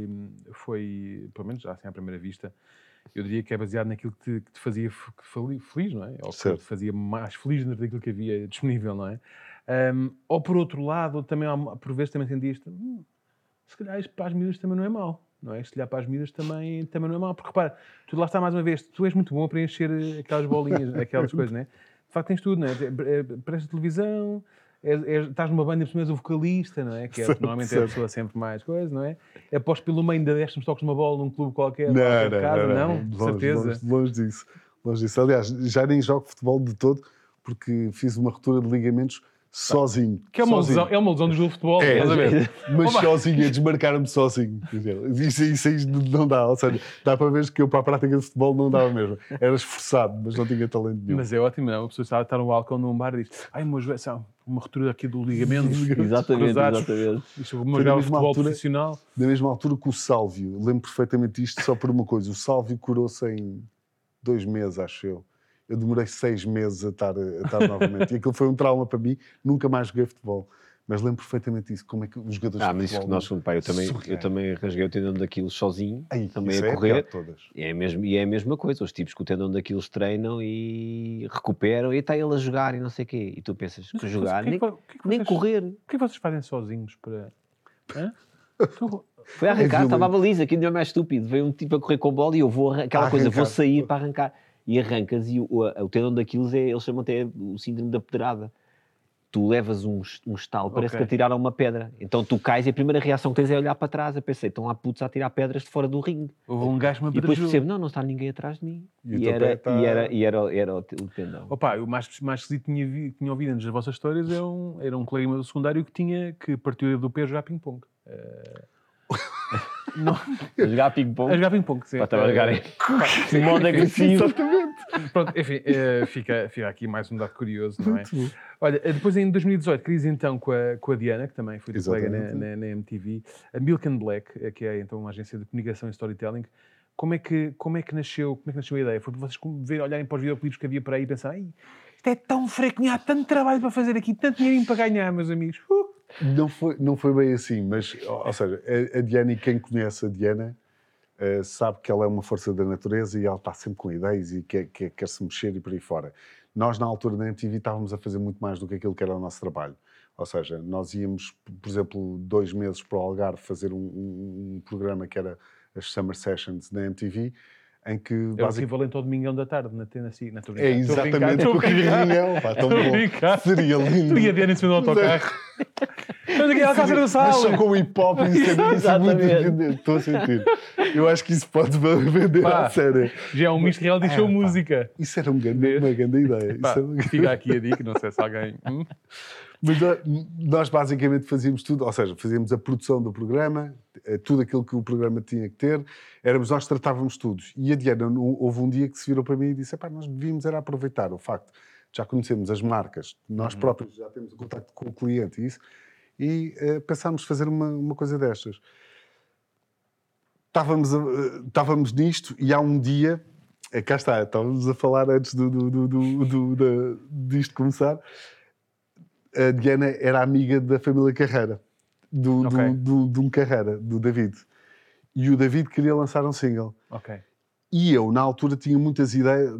foi, pelo menos já assim à primeira vista, eu diria que é baseado naquilo que te fazia feliz, não é? Ou que te fazia mais feliz daquilo que havia disponível, não é? Ou por outro lado, também, por vezes também sentias se calhar isto para as miúdas também não é mau, não é? Se calhar para as miúdas também não é mau, porque repara, tu lá está mais uma vez, tu és muito bom a preencher aquelas bolinhas, aquelas coisas, não é? De facto tens tudo, não é? Prestas televisão, estás numa banda e por cima és o vocalista, não é? Que normalmente é a pessoa sempre mais coisa, não é? Após pelo meio ainda deste-me toques numa bola num clube qualquer, não, certeza. Longe disso. Aliás, já nem jogo futebol de todo, porque fiz uma ruptura de ligamentos sozinho. Que é uma lesão do jogo de futebol, estás a ver? Mas sozinho, a desmarcar-me sozinho. Isso não dá, ou seja, dá para ver que eu para a prática de futebol não dava mesmo. Era esforçado, mas não tinha talento nenhum. Mas é ótimo, não? A pessoa está no balcão num bar e diz: ai, meu joelho, uma ruptura aqui do ligamento. Exatamente. Isto é uma jogada de futebol profissional. Da mesma altura que o Sálvio, lembro perfeitamente isto só por uma coisa, o Sálvio curou-se em 2 meses, acho eu. Eu demorei 6 meses a estar novamente. E aquilo foi um trauma para mim. Nunca mais joguei futebol. Mas lembro perfeitamente isso. Como é que os jogadores de futebol... Mas isso eu também rasguei o tendão daquilo sozinho. Também a correr. É a mesma coisa. Os tipos que o tendão daquilo treinam e recuperam. E está ele a jogar e não sei o quê. E tu pensas que jogar, nem correr. O que é que vocês fazem sozinhos para... Foi arrancar. Estava a baliza. Que ainda é mais estúpido. Veio um tipo a correr com a bola e eu vou... vou sair para arrancar. E arrancas, e o tendão daquilo eles chamam até o síndrome da pedrada. Tu levas um estalo, parece que atiraram uma pedra. Então tu cais e a primeira reação que tens é olhar para trás. Eu pensei, estão lá putos a atirar pedras de fora do ringue. Houve um gajo que me E depois percebo, não está ninguém atrás de mim. E era o tendão. Opa, o mais esquisito que tinha ouvido antes das vossas histórias era um colega meu do secundário que partiu do pé a jogar ping-pong. A jogar ping-pong? A jogar ping-pong, sim. Estava a jogar em modo agressivo. Exatamente. Pronto, enfim, fica aqui mais um dado curioso, não é? Olha, depois em 2018, crise então com a Diana, que também foi tua colega na MTV, a Milk and Black, que é então uma agência de comunicação e storytelling. Como é que nasceu a ideia? Foi para vocês olharem para os videoclipes que havia por aí e pensar, isto é tão frequinho, há tanto trabalho para fazer aqui, tanto dinheirinho para ganhar, meus amigos. Não foi bem assim, mas, ou seja, a Diana, e quem conhece a Diana, sabe que ela é uma força da natureza e ela está sempre com ideias e quer se mexer e por aí fora. Nós, na altura da MTV, estávamos a fazer muito mais do que aquilo que era o nosso trabalho. Ou seja, nós íamos, por exemplo, 2 meses para o Algarve fazer um programa que era as Summer Sessions da MTV, em que... É o equivalente ao Domingão da Tarde, na Tennessee. É exatamente o que Domingão. Tão bom. Seria lindo. Tu ia ver em cima do autocarro. Mas aqui é a casa do sal. Mas só com o hip-hop e estou a sentir. Eu acho que isso pode vender a sério. Já é um misto real de show música. Isso era uma grande ideia. Fica aqui a dica, não sei se alguém... Mas nós basicamente fazíamos tudo, ou seja, fazíamos a produção do programa, tudo aquilo que o programa tinha que ter, nós tratávamos tudo. E a Diana, houve um dia que se virou para mim e disse, nós devíamos era aproveitar o facto de já conhecermos as marcas, nós próprios já temos o contacto com o cliente e isso, e pensámos fazer uma coisa destas. Estávamos nisto e há um dia, cá está, estávamos a falar antes disto começar, a Diana era amiga da família Carreira, de um Carreira, do David. E o David queria lançar um single. Okay. E eu, na altura, tinha muitas ideias,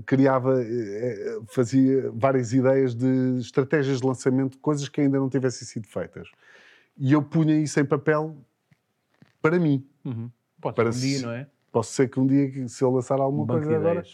fazia várias ideias de estratégias de lançamento, coisas que ainda não tivessem sido feitas. E eu punha isso em papel para mim. Uhum. Pode ser um dia, não é? Posso ser que um dia, se eu lançar alguma coisa agora...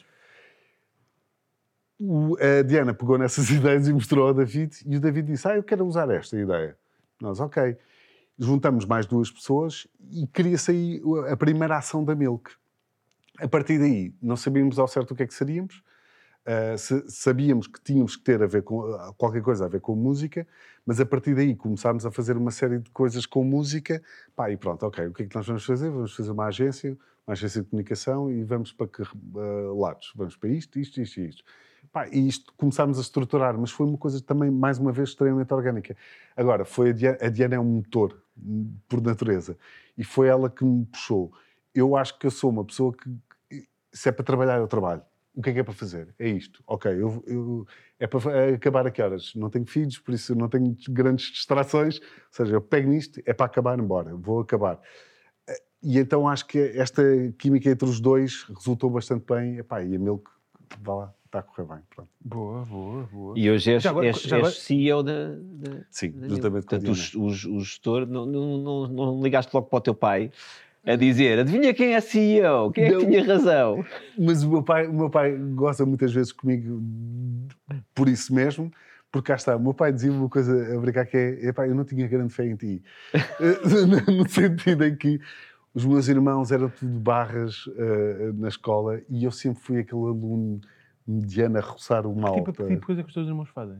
A Diana pegou nessas ideias e mostrou ao David, e o David disse, eu quero usar esta ideia. Nós, ok. Juntamos mais 2 pessoas e cria-se aí a primeira ação da Milk. A partir daí, não sabíamos ao certo o que é que seríamos, sabíamos que tínhamos que ter a ver com qualquer coisa a ver com música, mas a partir daí começámos a fazer uma série de coisas com música, e pronto, ok, o que é que nós vamos fazer? Vamos fazer uma agência de comunicação e vamos para que lados? Vamos para isto. E isto começámos a estruturar, mas foi uma coisa também, mais uma vez, extremamente orgânica. Agora, a Diana é um motor, por natureza, e foi ela que me puxou. Eu acho que eu sou uma pessoa que, se é para trabalhar, eu trabalho. O que é para fazer? É isto. Ok, é para acabar a que horas? Não tenho filhos, por isso não tenho grandes distrações. Ou seja, eu pego nisto, é para acabar, embora. Vou acabar. E então acho que esta química entre os dois resultou bastante bem. E a Milk, vá lá. Está a correr bem, pronto. Boa. E hoje és CEO da Sim, justamente com a Diana. O gestor, não ligaste logo para o teu pai a dizer, adivinha quem é CEO? Quem é que tinha razão? Mas o meu pai gosta muitas vezes comigo por isso mesmo, porque cá está, o meu pai dizia uma coisa a brincar que eu não tinha grande fé em ti. No sentido em que os meus irmãos eram tudo barras na escola e eu sempre fui aquele aluno mediano a roçar o mal. Que tipo de coisa que os teus irmãos fazem?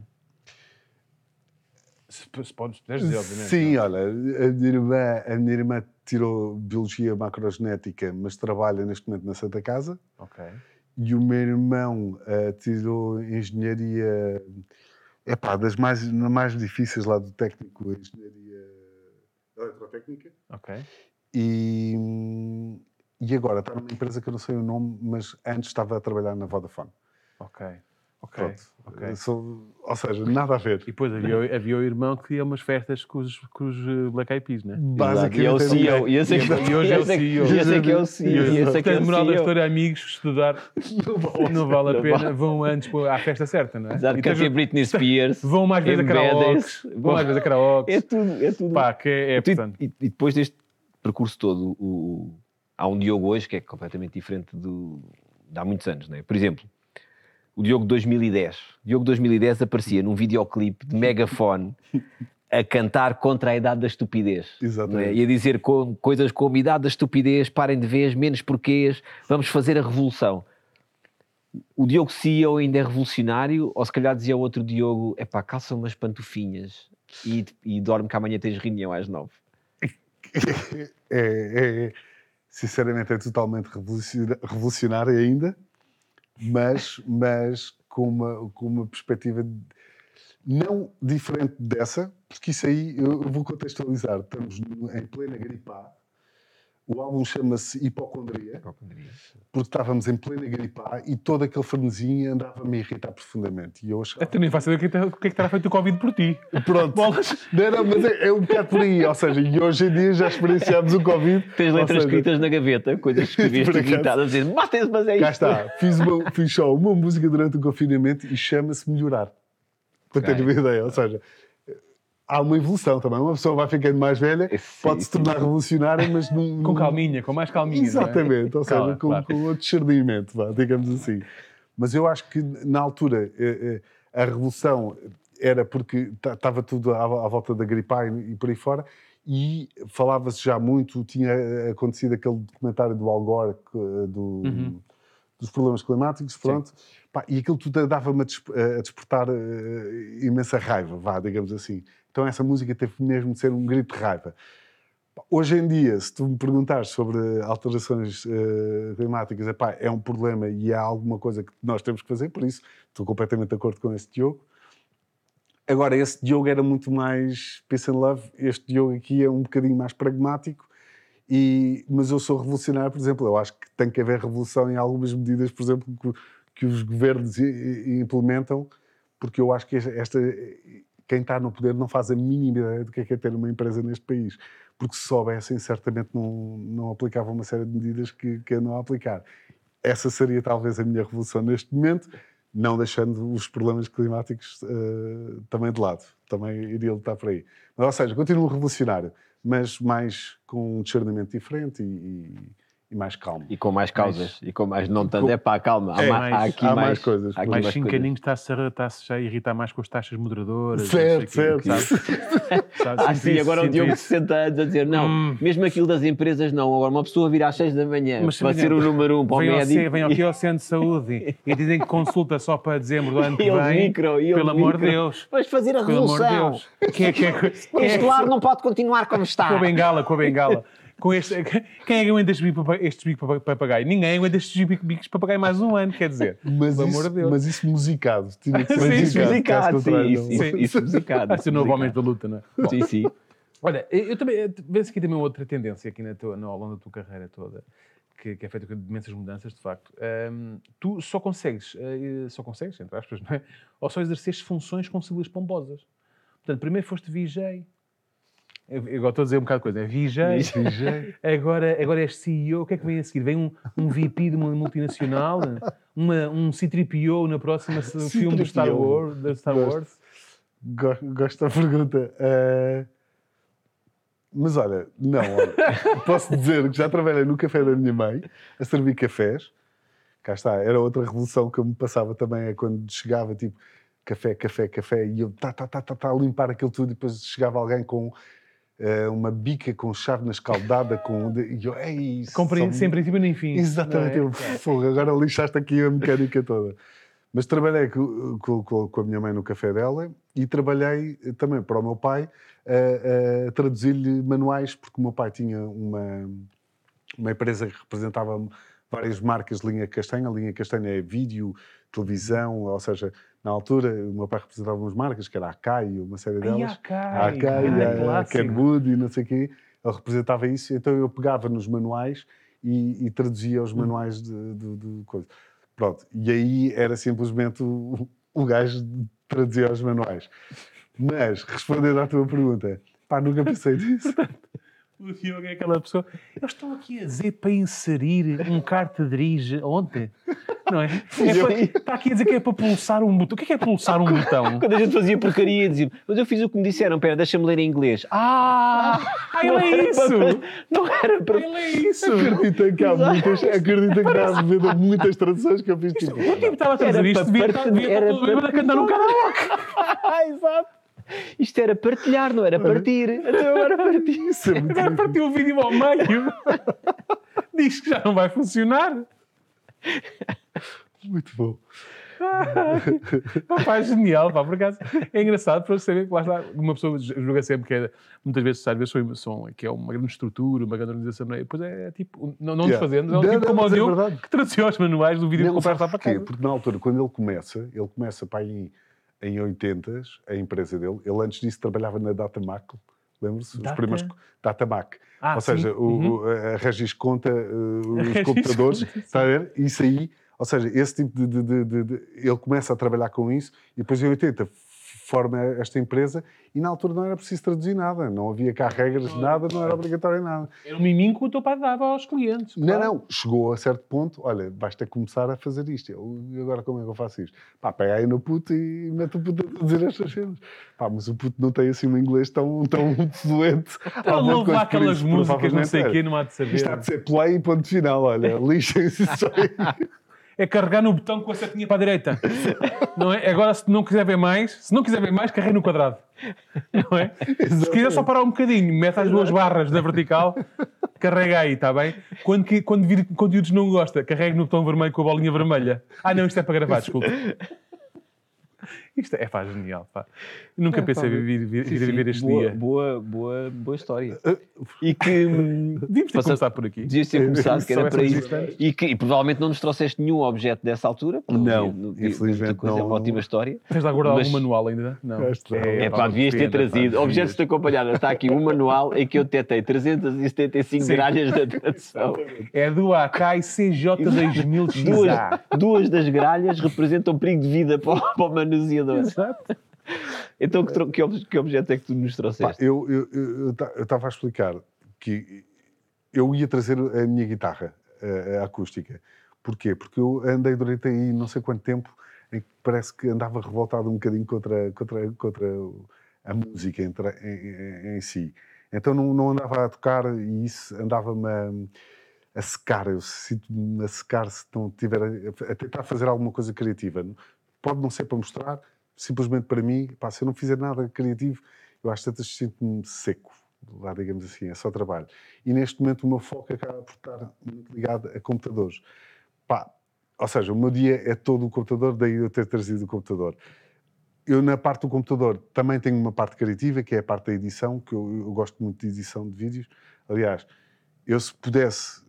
Se puderes dizer, obviamente. Sim, não? Olha, a minha irmã tirou Biologia Macrogenética, mas trabalha neste momento na Santa Casa. Ok. E o meu irmão tirou Engenharia... das mais difíceis lá do técnico, a Engenharia Eletrotécnica. Ok. E agora está numa empresa que eu não sei o nome, mas antes estava a trabalhar na Vodafone. Ok. Ou seja, nada a ver. E depois havia o irmão que ia a umas festas com os Black Eyed Peas, né? Basicamente. E é o CEO. E hoje é o CEO. E esse é que é o CEO. Portanto, moral da história, amigos, estudar não vale a pena. Vão antes à festa certa, não é? Exato, que é Britney Spears. Vão mais vezes a karaoke. É tudo. Portanto. E depois deste percurso todo, há um Diogo hoje que é completamente diferente de há muitos anos, não é? Por exemplo, o Diogo 2010. O Diogo 2010 aparecia num videoclipe de megafone a cantar contra a idade da estupidez. Exatamente. E a dizer coisas como idade da estupidez, parem de vez, menos porquês, vamos fazer a revolução. O Diogo CEO ainda é revolucionário? Ou se calhar dizia o outro Diogo, calça umas pantufinhas e dorme que amanhã tens reunião às 9? Sinceramente é totalmente revolucionário ainda. mas com uma perspectiva não diferente dessa, porque isso aí eu vou contextualizar. Estamos em plena gripá. O álbum chama-se Hipocondria, porque estávamos em plena gripá e todo aquele frenesinho andava-me a irritar profundamente. E eu achava... Eu nem faço ideia o que é que terá feito o Covid por ti. Pronto. Não, mas é um bocado por aí. Ou seja, e hoje em dia já experienciámos o Covid. Tens letras escritas na gaveta, coisas que escreveste irritadas, a dizer, matem-se, mas é isto. Cá está. Fiz só uma música durante o confinamento e chama-se Melhorar. Para teres uma ideia. Ou seja, há uma evolução também. Uma pessoa vai ficando mais velha, pode se tornar revolucionária, mas com calminha, com mais calminha. Exatamente, não é? ou seja, com outro discernimento, digamos assim. Mas eu acho que na altura a revolução era porque estava tudo à volta da gripe e por aí fora, e falava-se já muito, tinha acontecido aquele documentário do Al Gore dos problemas climáticos, pronto, e aquilo tudo dava-me a despertar imensa raiva, digamos assim. Então essa música teve mesmo de ser um grito de raiva. Hoje em dia, se tu me perguntares sobre alterações climáticas, é um problema e há alguma coisa que nós temos que fazer, por isso estou completamente de acordo com esse Diogo. Agora, esse Diogo era muito mais peace and love, este Diogo aqui é um bocadinho mais pragmático, mas eu sou revolucionário, por exemplo, eu acho que tem que haver revolução em algumas medidas, por exemplo, que os governos implementam, porque eu acho que quem está no poder não faz a mínima ideia do que é ter uma empresa neste país. Porque se soubessem, certamente não aplicavam uma série de medidas que andam a aplicar. Essa seria talvez a minha revolução neste momento, não deixando os problemas climáticos também de lado. Também iria lutar por aí. Mas, ou seja, continuo revolucionário, mas mais com um discernimento diferente e mais calmo. E com mais causas. E com mais... Não tanto calma. Há aqui mais coisas. Há mais cincaninhos está-se já a irritar mais com as taxas moderadoras. Certo. Sim, agora o Diogo de 60 anos a dizer, não, mesmo aquilo das empresas não. Agora uma pessoa vir às 6 da manhã vai ser o número 1 para o médico. Vem aqui ao centro de saúde e dizem que consulta só para dezembro do ano que vem. Pelo amor de Deus. Vamos fazer a revolução. Este lar não pode continuar como está. Com a bengala. Quem é que aguenta estes bicos papagaio? Ninguém aguenta estes bicos papagaio mais um ano, quer dizer. Pelo amor de Deus. Mas isso musicado. Tinha que ser musicado. Isso musicado. Vai ser o novo Homens da Luta, não é? Sim. Olha, eu também vejo aqui também outra tendência aqui ao longo da tua carreira toda, que é feita com imensas mudanças, de facto. Tu só consegues, entre aspas, não é? Ou só exerceste funções com siglas pombosas. Portanto, primeiro foste VJ. Eu estou a dizer um bocado de coisa. É VJ. Agora és CEO. O que é que vem a seguir? Vem um VP de uma multinacional? Um C-3PO na próxima filme do Star Wars? Gosto da pergunta. Mas olha, posso dizer que já trabalhei no café da minha mãe, a servir cafés. Cá está, era outra revolução que eu me passava também, quando chegava, tipo, café, e eu a limpar aquilo tudo, e depois chegava alguém com uma bica com chávena escaldada, e eu, compreendo sem princípio nem fim. Exatamente, fogo, agora lixaste aqui a mecânica toda. Mas trabalhei com a minha mãe no café dela e trabalhei também para o meu pai a traduzir-lhe manuais, porque o meu pai tinha uma empresa que representava várias marcas de linha castanha. A linha castanha é vídeo, televisão, ou seja, na altura o meu pai representava umas marcas, que era a Akai, uma série delas. A Akai, a Kenwood e não sei o quê. Ele representava isso, então eu pegava nos manuais e traduzia os manuais de coisa. Pronto, e aí era simplesmente o gajo de traduzir os manuais. Mas, respondendo à tua pergunta, nunca pensei nisso. O Diogo é aquela pessoa... Eles estão aqui a dizer para inserir um cartadrige ontem, não é? Está aqui a dizer que é para pulsar um botão. O que é pulsar um botão? Quando a gente fazia porcaria, dizia, mas eu fiz o que me disseram, espera, deixa-me ler em inglês. Ele é isso! Não era para... Ele é isso! Acredita que há muitas traduções que eu fiz. Tipo, o tempo estava a trazer isto, devia estar todo a cantar um karaoke. Exato. Isto era partilhar, não era partir. Agora partiu. Agora partiu o vídeo ao meio. Diz que já não vai funcionar. Muito bom. Pá, é genial, pá, por acaso. É engraçado para saber que lá está, uma pessoa julga sempre que é, muitas vezes, às vezes, que é uma grande estrutura, uma grande organização, não é? Depois é tipo, não desfazendo, é um tipo como o Diogo, que traduziu os manuais do vídeo que compraste lá para casa. Porque na altura, quando ele começa para aí em 80, a empresa dele, ele antes disso trabalhava na Datamac, lembra-se? Os primeiros Datamac. Ou seja, a Regis conta os computadores, está a ver? Isso aí, ou seja, esse tipo ele começa a trabalhar com isso e depois em 80 forma esta empresa e na altura não era preciso traduzir nada, não havia cá regras, nada, não era obrigatório nada. Era um miminho que o teu pai dava aos clientes. Claro. Não, chegou a certo ponto, olha, basta começar a fazer isto. E agora como é que eu faço isto? Pá, pega aí no puto e mete o puto a dizer estas cenas. Pá, mas o puto não tem assim um inglês tão fluente. Ele não levar aquelas músicas, não sei o quê, não há de saber. Isto há de ser play e ponto final, olha, lixem-se isso aí. É carregar no botão com a setinha para a direita. Não é? Agora, se não quiser ver mais, carregue no quadrado. Não é? Se quiser só parar um bocadinho, mete as duas barras da vertical, carrega aí, está bem? Quando vir conteúdos que não gosta, carregue no botão vermelho com a bolinha vermelha. Ah, não, isto é para gravar, desculpe. Isto é pá, genial, pá. Eu nunca pensei vir a viver este dia. Boa história. E que... Devíamos ter começado por aqui. Devíamos ter começado, que era para isso. E provavelmente não nos trouxeste nenhum objeto dessa altura. Não, infelizmente não. É uma ótima história. Tens lá guardado algum manual ainda? Não. Pá, devias ter trazido. Objetos de acompanhar. Está aqui um manual em que eu detectei 375 gralhas da tradução. É do Akai CJ 2000XA. Duas das gralhas representam perigo de vida para o manuseador. Exato. Então, que objeto é que tu nos trouxeste? Pá, eu estava a explicar que eu ia trazer a minha guitarra, a acústica. Porquê? Porque eu andei durante aí não sei quanto tempo em que parece que andava revoltado um bocadinho contra a música em si. Então não andava a tocar e isso andava-me a secar. Eu sinto-me a secar se não estiver a tentar fazer alguma coisa criativa. Pode não ser para mostrar, simplesmente para mim, pá, se eu não fizer nada criativo, eu às tantas sinto-me seco, lá digamos assim, é só trabalho. E neste momento o meu foco acaba por estar muito ligado a computadores. Pá, ou seja, o meu dia é todo o computador, daí eu ter trazido o computador. Eu na parte do computador também tenho uma parte criativa, que é a parte da edição, que eu gosto muito de edição de vídeos. Aliás, eu se pudesse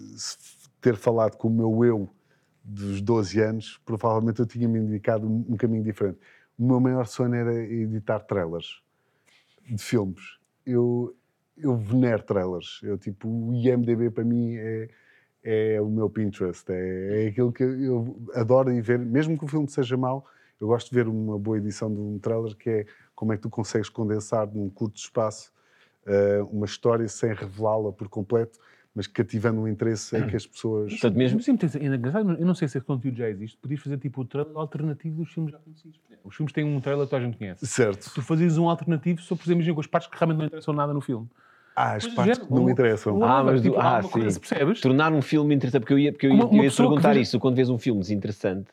ter falado com o meu eu dos 12 anos, provavelmente eu tinha-me indicado um caminho diferente. O meu maior sonho era editar trailers de filmes. Eu venero trailers. O IMDb para mim é o meu Pinterest. É aquilo que eu adoro e ver. Mesmo que o filme seja mau, eu gosto de ver uma boa edição de um trailer, que é como é que tu consegues condensar num curto espaço uma história sem revelá-la por completo, mas cativando o interesse em que as pessoas... Portanto, mesmo assim, eu não sei se esse conteúdo já existe, podias fazer tipo o trailer alternativo dos filmes já conhecidos. Os filmes têm um trailer que toda a gente conhece. Certo. Tu fazias um alternativo só, por exemplo, imagina, com as partes que realmente não interessam nada no filme. As partes que não me interessam. Mas tipo, sim. coisa, percebes? Tornar um filme interessante, porque eu ia perguntar isso, quando vês um filme desinteressante,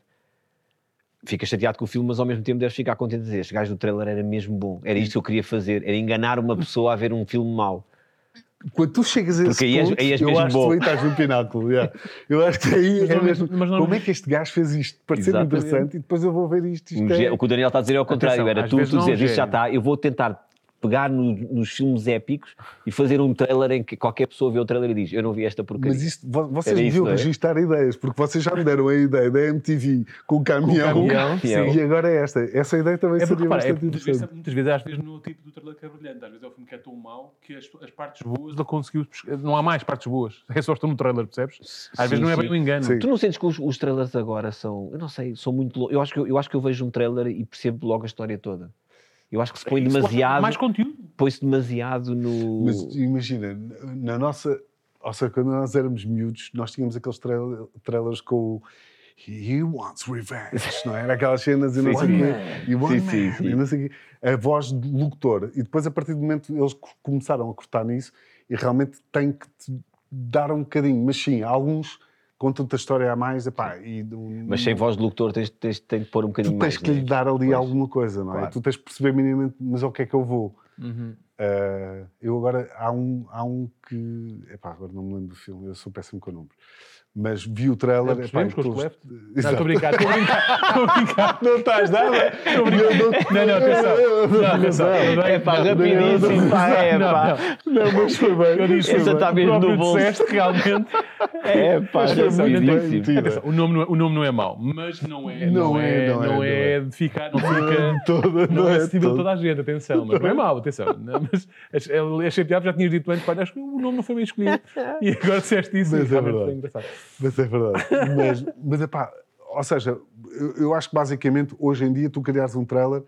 ficas chateado com o filme, mas ao mesmo tempo deves ficar contente de dizer, este gajo do trailer era mesmo bom, era isto que eu queria fazer, era enganar uma pessoa a ver um filme mau. Quando tu chegas a esse ponto, aí eu acho que tu aí estás no pináculo. Yeah. Eu acho que aí é mesmo... Como é que este gajo fez isto? Pareceu interessante e depois eu vou ver isto. O que o Daniel está a dizer é ao contrário. Era tu dizes, isto já está, eu vou tentar pegar nos filmes épicos e fazer um trailer em que qualquer pessoa vê o trailer e diz, eu não vi esta porcaria. Mas isto, vocês deviam registrar ideias, porque vocês já me deram a ideia da MTV com o caminhão, e agora é esta. Essa ideia também seria bastante interessante. Muitas vezes, às vezes, no tipo do trailer que é brilhante. Às vezes é o filme que é tão mau que as partes boas ele conseguiu... Não há mais partes boas. É só estar no trailer, percebes? Às vezes não é bem um engano. Sim. Tu não sentes que os trailers agora são... Eu não sei, são muito loucos. Eu acho que eu vejo um trailer e percebo logo a história toda. Eu acho que se põe demasiado... Mais conteúdo. Põe-se demasiado no... Mas imagina, na nossa... Ou seja, quando nós éramos miúdos, nós tínhamos aqueles trailers com o... He wants revenge, não é? Era aquelas cenas e não sei o quê. E one man, e não sei o quê. A voz de locutor. E depois, a partir do momento, eles começaram a cortar nisso e realmente tem que te dar um bocadinho. Mas sim, alguns... contam-te a história a mais, epá, mas sem voz de locutor tens de pôr um bocadinho mais. Tu tens que lhe dar ali alguma coisa, não é? Claro. Tu tens de perceber minimamente, mas ao que é que eu vou? Eu agora, há um que... Epá, agora não me lembro do filme, eu sou péssimo com nomes. Mas vi o trailer... Percebemos epá, com os left? Não, Exato. estou a brincar, estou a brincar. Não estás nada? Estou a brincar. Não, atenção. É pá, rapidíssimo, pá, é pá. Não, mas foi bem. Eu disse, Essa está mesmo no bolso. disseste realmente. É pá, rapidíssimo. Atenção, o nome não é mau, mas não é de ficar, não fica, toda, não é acessível a todo. toda a gente, atenção, mas não é mau, atenção. Mas achei piada, já tinhas dito antes, pá, acho que o nome não foi bem escolhido. E agora disseste isso Mas e é realmente verdade. foi engraçado. Mas é verdade. Mas epá, ou seja, eu acho que basicamente hoje em dia tu criares um trailer.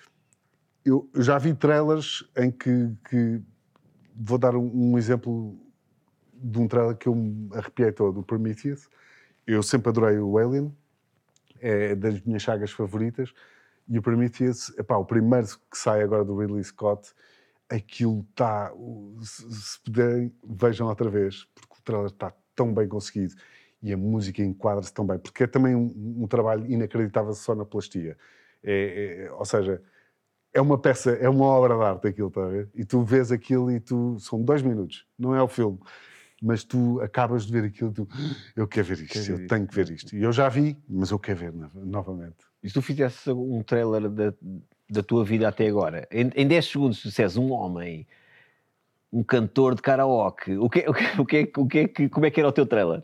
Eu já vi trailers em que vou dar um exemplo de um trailer que eu me arrepiei todo, o Prometheus. Eu sempre adorei o Alien, é das minhas sagas favoritas. E o Prometheus, epá, o primeiro que sai agora do Ridley Scott, aquilo está... Se puderem, vejam outra vez, porque o trailer está tão bem conseguido e a música enquadra-se tão bem, porque é também um trabalho inacreditável só na plastia. Ou seja, é uma peça, é uma obra de arte aquilo, está a ver? E tu vês aquilo e são 2 minutos, não é o filme, mas tu acabas de ver aquilo e eu quero ver isto, eu tenho que ver isto. E eu já vi, mas eu quero ver novamente. E se tu fizesse um trailer da tua vida até agora, em 10 segundos, tu disseres um homem, um cantor de karaoke, como é que era o teu trailer?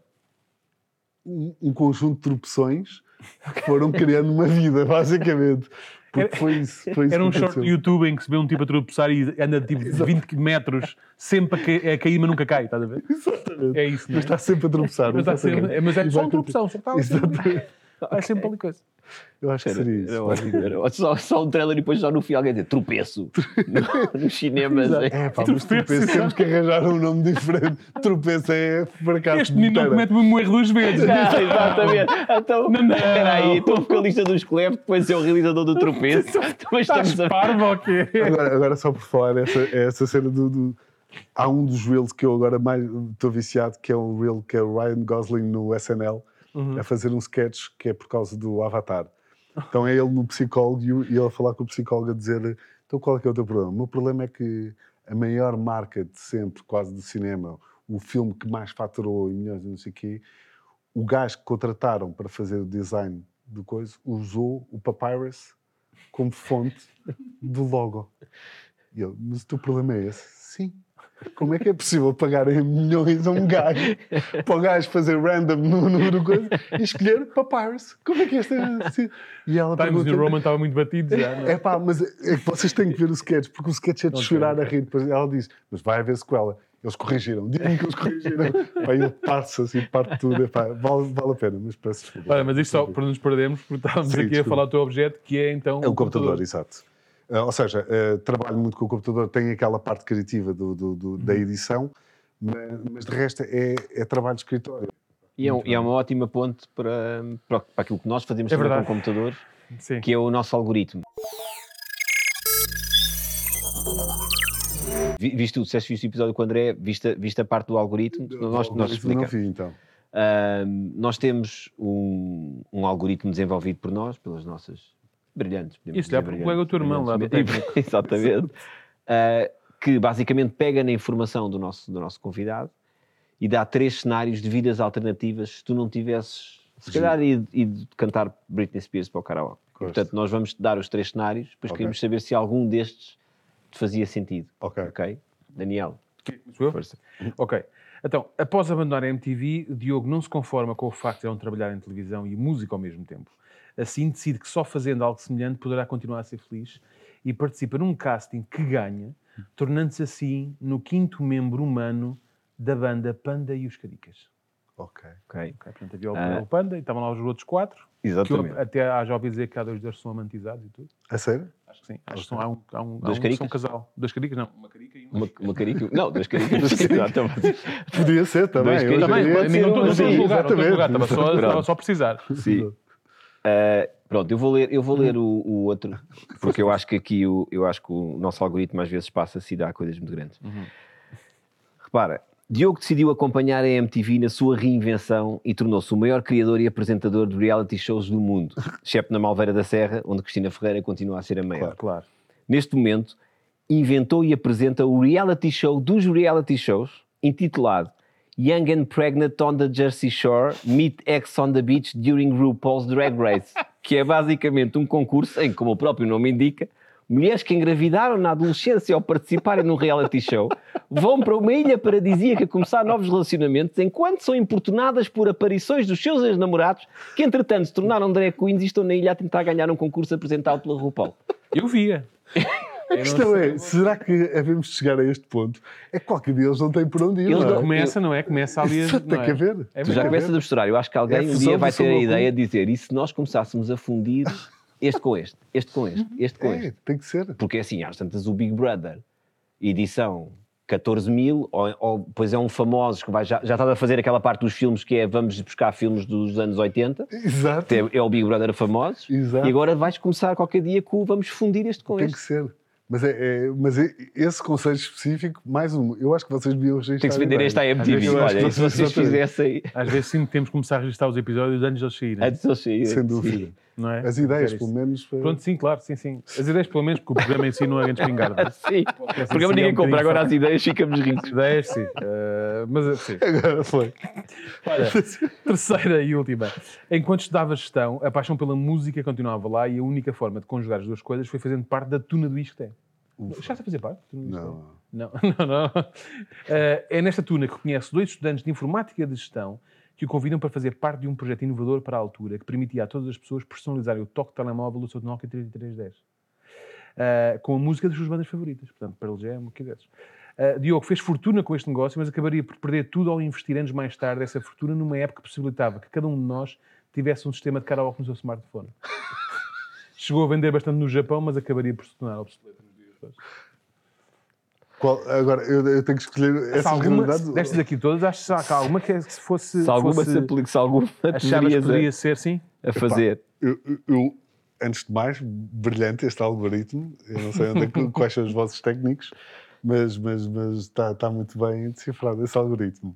Um conjunto de tropeções que foram criando uma vida, basicamente. Porque foi isso Era um que short aconteceu. do YouTube em que se vê um tipo a tropeçar e anda tipo 20 metros, sempre a cair, mas nunca cai, estás a ver? Exatamente. É isso, não é? Mas está sempre a tropeçar. Mas, mas é só um tropeção, só está Exatamente. é sempre ali coisa. Eu acho que seria isso. Era ótimo, era só um trailer e depois só no fim alguém dizer tropeço nos cinemas. É pá, mas tropeço temos que arranjar um nome diferente. Tropeço é fracasso. Este menino não comete o mesmo erro 2 vezes. Exatamente. Então, Não. espera aí, estou vocalista dos Clef, depois é o realizador do tropeço. Mas Estás estamos a... parvo ou quê? Agora só por falar, essa cena do... Há um dos reels que eu agora mais estou viciado, que é um reel que é o Ryan Gosling no SNL, a fazer um sketch que é por causa do Avatar. Então é ele no psicólogo e ele a falar com o psicólogo a dizer: então qual é que é o teu problema? O meu problema é que a maior marca de sempre, quase do cinema, o filme que mais faturou e milhões de não sei o quê, o gajo que contrataram para fazer o design do coisa usou o Papyrus como fonte do logo. E ele: mas o teu problema é esse? Sim. Como é que é possível pagarem milhões a um gajo para o gajo fazer random no coisa e escolher Papyrus? Como é que esta... E ela Times New Roman estava muito batido já. Não é? é pá, mas é que vocês têm que ver o sketch, porque o sketch é de chorar a rir. Depois ela diz: mas vai haver sequela. Eles corrigiram. Dizem que eles corrigiram. Pá, ele passa assim, parte tudo. Epá, vale a pena, mas peço desculpa. Olha, mas isto só para nos perdermos, porque estávamos Sim, aqui desculpa. a falar do teu objeto, que é então É o computador, exato. Ou seja, trabalho muito com o computador, tem aquela parte criativa da edição, mas de resto é trabalho de escritório. E é uma ótima ponte para aquilo que nós fazemos É também com verdade. computadores, Sim. que é o nosso algoritmo. Viste o episódio com o André, viste a parte do algoritmo? Nós Isso não explicamos. vi, então. Nós temos um algoritmo desenvolvido por nós, pelas nossas brilhantes. Isso é porque o colega do teu irmão lá do técnico. Exatamente. Que basicamente pega na informação do nosso convidado e dá 3 cenários de vidas alternativas se tu não tivesses, se calhar, ido cantar Britney Spears para o karaoke. Portanto, nós vamos te dar os 3 cenários, depois queremos saber se algum destes te fazia sentido. Ok? Daniel? Sou eu? Força. Ok. Então, após abandonar a MTV, o Diogo não se conforma com o facto de não trabalhar em televisão e música ao mesmo tempo. Assim, decide que só fazendo algo semelhante poderá continuar a ser feliz e participa num casting que ganha, tornando-se assim no 5º membro humano da banda Panda e os Caricas. Ok. Portanto, havia o Panda e estavam lá os outros 4. Exatamente. Que até já ouvi dizer que há 2 deles que são amantizados e tudo. A sério? Acho que sim. Acho que há um Dois que caricas? são um casal. 2 caricas, não. Uma carica e Uma carica? Não, 2 caricas. Exatamente. Podia ser também. Dois caricas. Também, Pode ser, não estou a sim, julgar, estava Pronto. só a precisar. Sim. Pronto, eu vou ler o outro, porque eu acho que aqui eu acho que o nosso algoritmo às vezes passa-se e dá coisas muito grandes. Repara, Diogo decidiu acompanhar a MTV na sua reinvenção e tornou-se o maior criador e apresentador de reality shows do mundo, exceto na Malveira da Serra, onde Cristina Ferreira continua a ser a maior. Claro. Neste momento, inventou e apresenta o reality show dos reality shows, intitulado Young and Pregnant on the Jersey Shore, Meet Ex on the Beach During RuPaul's Drag Race, que é basicamente um concurso em que, como o próprio nome indica, mulheres que engravidaram na adolescência ao participarem num reality show vão para uma ilha paradisíaca começar novos relacionamentos enquanto são importunadas por aparições dos seus ex-namorados que, entretanto, se tornaram drag queens e estão na ilha a tentar ganhar um concurso apresentado pela RuPaul. Eu via. A questão é, será que havemos de chegar a este ponto? É que qualquer dia eles não têm por onde ir, Eles não é? Começa, não é? Começa ali a... Tem que haver. É Tu já começas a misturar. Eu acho que alguém É a um fusão dia vai do ter a Son ideia Goku. de dizer, e se nós começássemos a fundir este com este, este com este, este com este? Tem que ser. Porque assim, às tantas o Big Brother, edição 14.000, ou pois é um famoso que já está a fazer aquela parte dos filmes que é vamos buscar filmes dos anos 80, Exato. é o Big Brother famosos, Exato. e agora vais começar qualquer dia com o vamos fundir este com Tem este. que ser. Mas esse conselho específico, mais um, eu acho que vocês deviam registrar. Tem que se vender bem. este à MTV. Eu acho Olha, que e se vocês exatamente. fizessem Às vezes sim, temos que começar a registrar os episódios antes de eles saírem. antes de eles saírem. Sem dúvida. Não é? As ideias, Quero isso. pelo menos. Pronto, sim, claro, sim. As ideias, pelo menos, porque o programa em si não é grande espingarda. Sim, o programa sim, ninguém um compra, bocadinho agora fraco. as ideias ficamos ricos. As ideias, sim. Mas, sim. Agora foi. Olha, terceira e última. Enquanto estudava gestão, a paixão pela música continuava lá e a única forma de conjugar as duas coisas foi fazendo parte da tuna do Isqueté. Chegaste a fazer parte? Não. Não. É nesta tuna que conhece 2 estudantes de informática de gestão que o convidam para fazer parte de um projeto inovador para a altura que permitia a todas as pessoas personalizarem o toque de telemóvel do seu Nokia 3310 com a música das suas bandas favoritas. Portanto, Pearl Jam, o que desses. Diogo fez fortuna com este negócio, mas acabaria por perder tudo ao investir anos mais tarde essa fortuna numa época que possibilitava que cada um de nós tivesse um sistema de karaoke no seu smartphone. Chegou a vender bastante no Japão, mas acabaria por se tornar obsoleto nos dias de hoje. Agora, eu tenho que escolher essas realidades. Destas aqui todas, acho que há alguma que se fosse... Se alguma fosse se aplica, se alguma achavas que poderias poderia ser, sim? a fazer. Eu, antes de mais, brilhante este algoritmo. Eu não sei quais são os vossos técnicos, mas está muito bem decifrado esse algoritmo.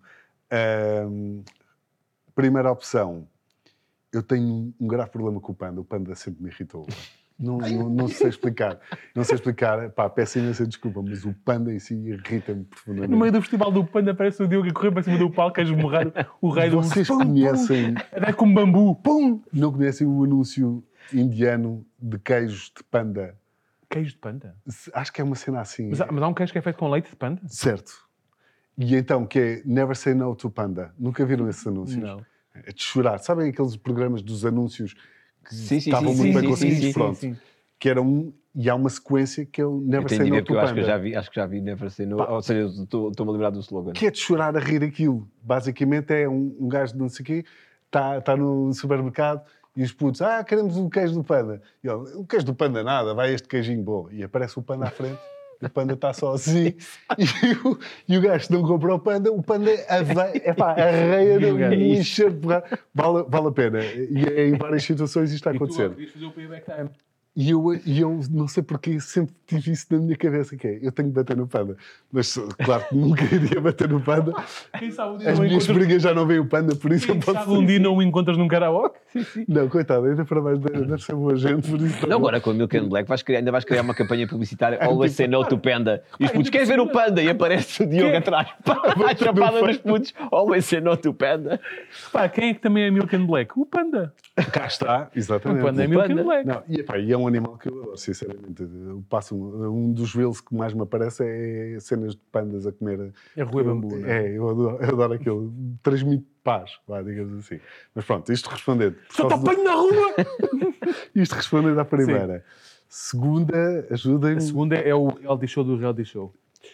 Primeira opção. Eu tenho um grave problema com o Panda. O Panda sempre me irritou. Não sei explicar. Não sei explicar. Pá, peço imensa desculpa, mas o Panda em si irrita-me profundamente. No meio do festival do Panda aparece o Diogo a correr para cima do palco a esmurrar o rei do... Vocês Pum, conhecem... É com bambu. Pum! Não conhecem o anúncio indiano de queijos de panda? Queijo de panda? Acho que é uma cena assim. Mas há um queijo que é feito com leite de panda? Certo. E então, que é Never Say No to Panda. Nunca viram esses anúncios? Não. É de chorar. Sabem aqueles programas dos anúncios que Sim, estavam sim, muito sim, bem sim, conseguidos? sim, Pronto. sim. Que era e há uma sequência que é o Never Eu Say tenho de No ver, to porque eu acho Panda. que já vi Never Say No. Ou seja, estou-me a lembrar do slogan. Que é de chorar a rir aquilo. Basicamente é um gajo de não sei o quê, está no supermercado e os putos, queremos o queijo do panda. E ele, o queijo do panda nada, vai este queijinho bom. E aparece o panda à frente, o panda está só assim, e o gajo que não comprou o panda arreia no encher de porrada. Vale a pena. E em várias situações isto está a acontecer. podias fazer o payback time. E eu não sei porque sempre tive isso na minha cabeça, que é, eu tenho que bater no panda. Mas claro que nunca iria bater no panda. Quem sabe um dia As não minhas encontras... brigas já não veem o panda, por isso eu Quem posso... sabe um dia não o encontras num karaoke? Não, coitado, ainda para mais deve ser boa gente, por isso... Não, agora com o Milk and Black ainda vais criar uma campanha publicitária Always Say No to Panda. E os putos, queres ver o panda? E aparece o Diogo atrás. A chapada dos putos. Always Say No to Panda. Pá, quem é que também é Milk and Black? O panda. Cá está, exatamente. O panda é Milk and Black. Não, e é um animal que eu adoro, sinceramente. Eu passo um dos reels que mais me aparece é cenas de pandas a comer... É roer bambu, não é? Eu adoro aquilo. Transmite paz, digamos assim. Mas pronto, isto respondendo... Só te apanho na rua! Isto respondendo à primeira. Segunda, ajudem-me... A segunda é o reality show do reality show.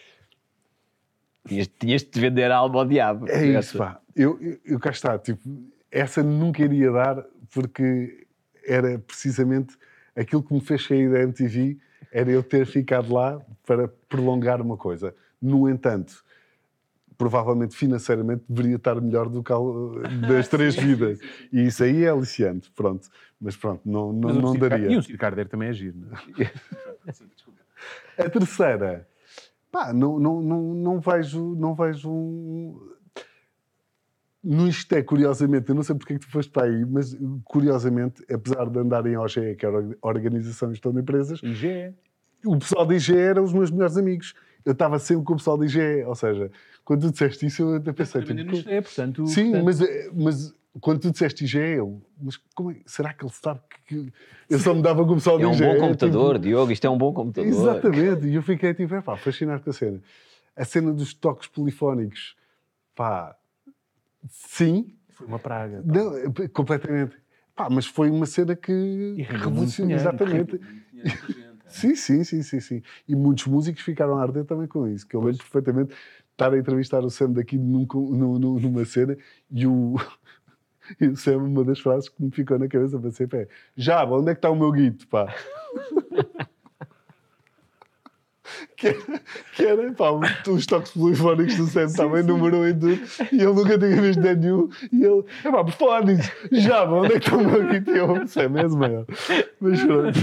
Tinhas de te vender a alma ao diabo. É isso, pá. Eu cá está, tipo, essa nunca iria dar porque era precisamente aquilo que me fez sair da MTV, era eu ter ficado lá para prolongar uma coisa. No entanto, provavelmente financeiramente deveria estar melhor do que das 3 vidas. E isso aí é aliciante, pronto. Mas pronto, não daria. E um Ciro Cardeiro também é giro, não é? A terceira, pá, não vejo no Isto é, curiosamente, eu não sei porque é que tu foste para aí, mas curiosamente, apesar de andarem ao GE, que é a Organização de Gestão de Empresas, IG. o pessoal da IGE eram os meus melhores amigos. Eu estava sempre com o pessoal da IGE. Ou seja, quando tu disseste isso, eu até pensei... portanto... Sim, mas quando tu disseste IGE, mas será que ele sabe que eu só me dava com o pessoal da IGE? É um bom computador, Diogo, isto é um bom computador. Exatamente, e eu fiquei tipo, fascinado com a cena. A cena dos toques polifónicos, sim. Foi uma praga. Não, completamente. Mas foi uma cena que revolucionou. Exatamente. Sim. E muitos músicos ficaram a arder também com isso, que eu lembro perfeitamente de estar a entrevistar o Sam daqui numa cena e o Sam, uma das frases que me ficou na cabeça para sempre é: Java, onde é que está o meu guito, pá? que era os toques polifónicos do Sam estavam em número 1 em tudo e ele nunca tinha visto nenhum e ele, fónicos, Java, onde é que está o meu guito? E eu, Sam, és maior. Mas pronto,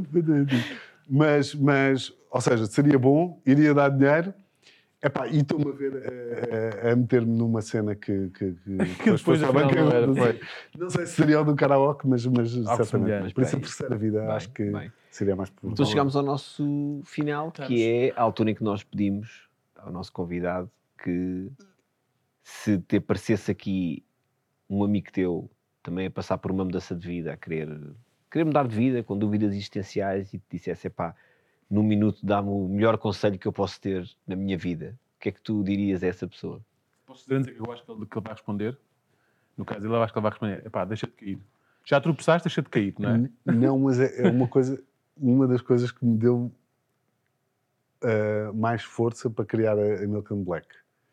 mas, ou seja, seria bom, iria dar dinheiro. E estou-me a ver a meter-me numa cena que depois afinal não era. Não sei se seria o do karaoke, mas certamente. Por isso a terceira vida acho que seria mais por... Então chegámos ao nosso final, que é a altura em que nós pedimos ao nosso convidado que se te aparecesse aqui um amigo teu também a passar por uma mudança de vida, a querer mudar de vida, com dúvidas existenciais e te dissesse, num minuto dá-me o melhor conselho que eu posso ter na minha vida. O que é que tu dirias a essa pessoa? Posso dizer que eu acho que ele vai responder? No caso, eu acho que ele vai responder, deixa-te cair. Já tropeçaste, deixa-te cair, não é? Não, mas é uma das coisas que me deu mais força para criar a Milk and Black.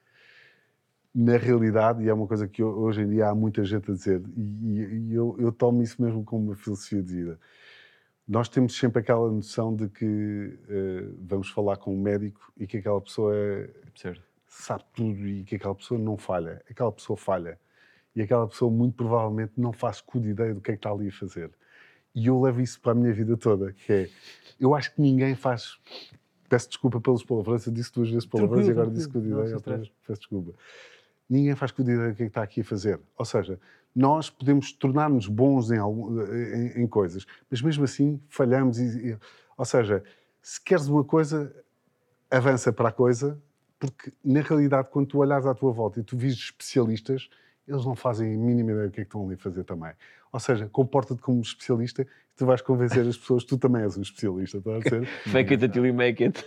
Na realidade, e é uma coisa que hoje em dia há muita gente a dizer, e eu tomo isso mesmo como uma filosofia de vida. Nós temos sempre aquela noção de que vamos falar com um médico e que aquela pessoa sabe tudo e que aquela pessoa não falha. Aquela pessoa falha. E aquela pessoa, muito provavelmente, não faz cu de ideia do que é que está ali a fazer. E eu levo isso para a minha vida toda, que é... Eu acho que ninguém faz... Peço desculpa pelos palavrões, eu disse 2 vezes palavrões e agora disse cu de ideia. Peço desculpa. Ninguém faz cu de ideia do que é que está aqui a fazer. Ou seja... Nós podemos tornar-nos bons em coisas, mas mesmo assim falhamos. Ou seja, se queres uma coisa, avança para a coisa, porque na realidade, quando tu olhas à tua volta e tu vês especialistas, eles não fazem a mínima ideia do que é que estão ali a fazer também. Ou seja, comporta-te como especialista e tu vais convencer as pessoas que tu também és um especialista. Está a ser? Fake it until you make it.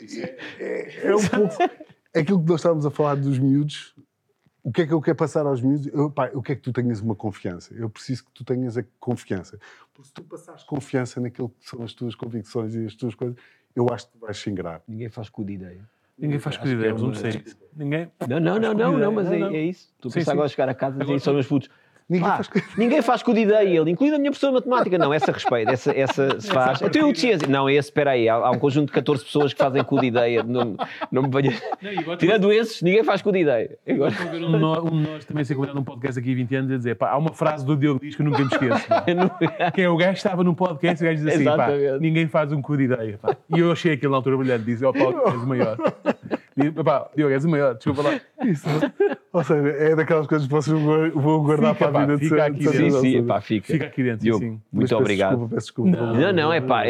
É um pouco aquilo que nós estávamos a falar dos miúdos. O que é que eu quero passar aos miúdos? Eu quero que tu tenhas uma confiança. Eu preciso que tu tenhas a confiança. Porque se tu passares confiança naquilo que são as tuas convicções e as tuas coisas, eu acho que tu vais se ingrar. Ninguém faz cu de ideia. Ninguém faz cu de ideia, vamos dizer isso. Ninguém. Não, mas é isso. Tu pensas agora chegar a casa e dizer só meus putos. Ninguém faz cu de ideia, ele, incluindo a minha professora de matemática. Não, essa respeito, essa se faz. Então eu de ciência. Não, espera aí, há um conjunto de 14 pessoas que fazem cu de ideia. Não me venha... Tirando esses, ninguém faz cu de ideia. Agora estou a ver um de nós também ser convidado num podcast aqui há 20 anos a dizer, há uma frase do Diogo diz que eu nunca me esqueço. Que é o gajo que estava num podcast e o gajo diz assim, ninguém faz um cu de ideia. E eu achei aquilo na altura brilhante, disse, Paulo, és o maior. Diogo, és o maior, desculpa lá. Isso. Ou seja, é daquelas coisas que vocês vão guardar para a vida de fica aqui dentro. Fica aqui dentro, Diogo, sim. muito obrigado. Peço desculpa. Não,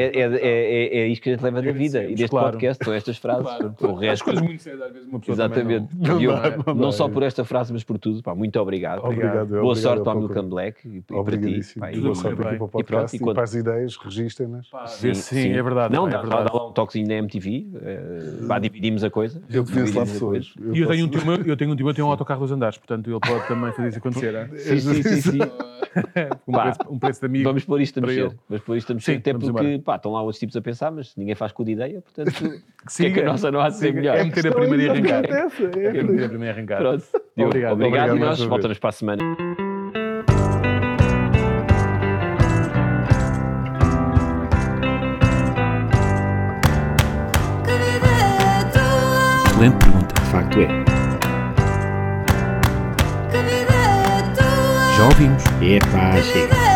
é isto que a gente leva da vida. E deste podcast são estas frases. O resto... As coisas muito sérias, às vezes uma pessoa exatamente. Não só por esta frase, mas por tudo. Muito obrigado. Boa sorte para a Milk and Black e para ti. Boa sorte aqui para o podcast e para as ideias, registrem-nas. Sim, é verdade. Não, dá lá um toquezinho na MTV. Dividimos a coisa. Eu conheço lá pessoas. E eu tenho um tio, um autocarro dos andares, portanto ele pode também fazer isso acontecer. Sim. Um preço de amigo. Vamos pôr isto a mexer. Até porque estão lá outros tipos a pensar, mas ninguém faz cu de ideia, portanto, que é que a nossa não há de ser melhor? É meter a primeira e arrancar. É meter a primeira e arrancar. Pronto. Obrigado e nós voltamos para a semana. Excelente pergunta. De facto é. Já ouvimos. Epá, chega.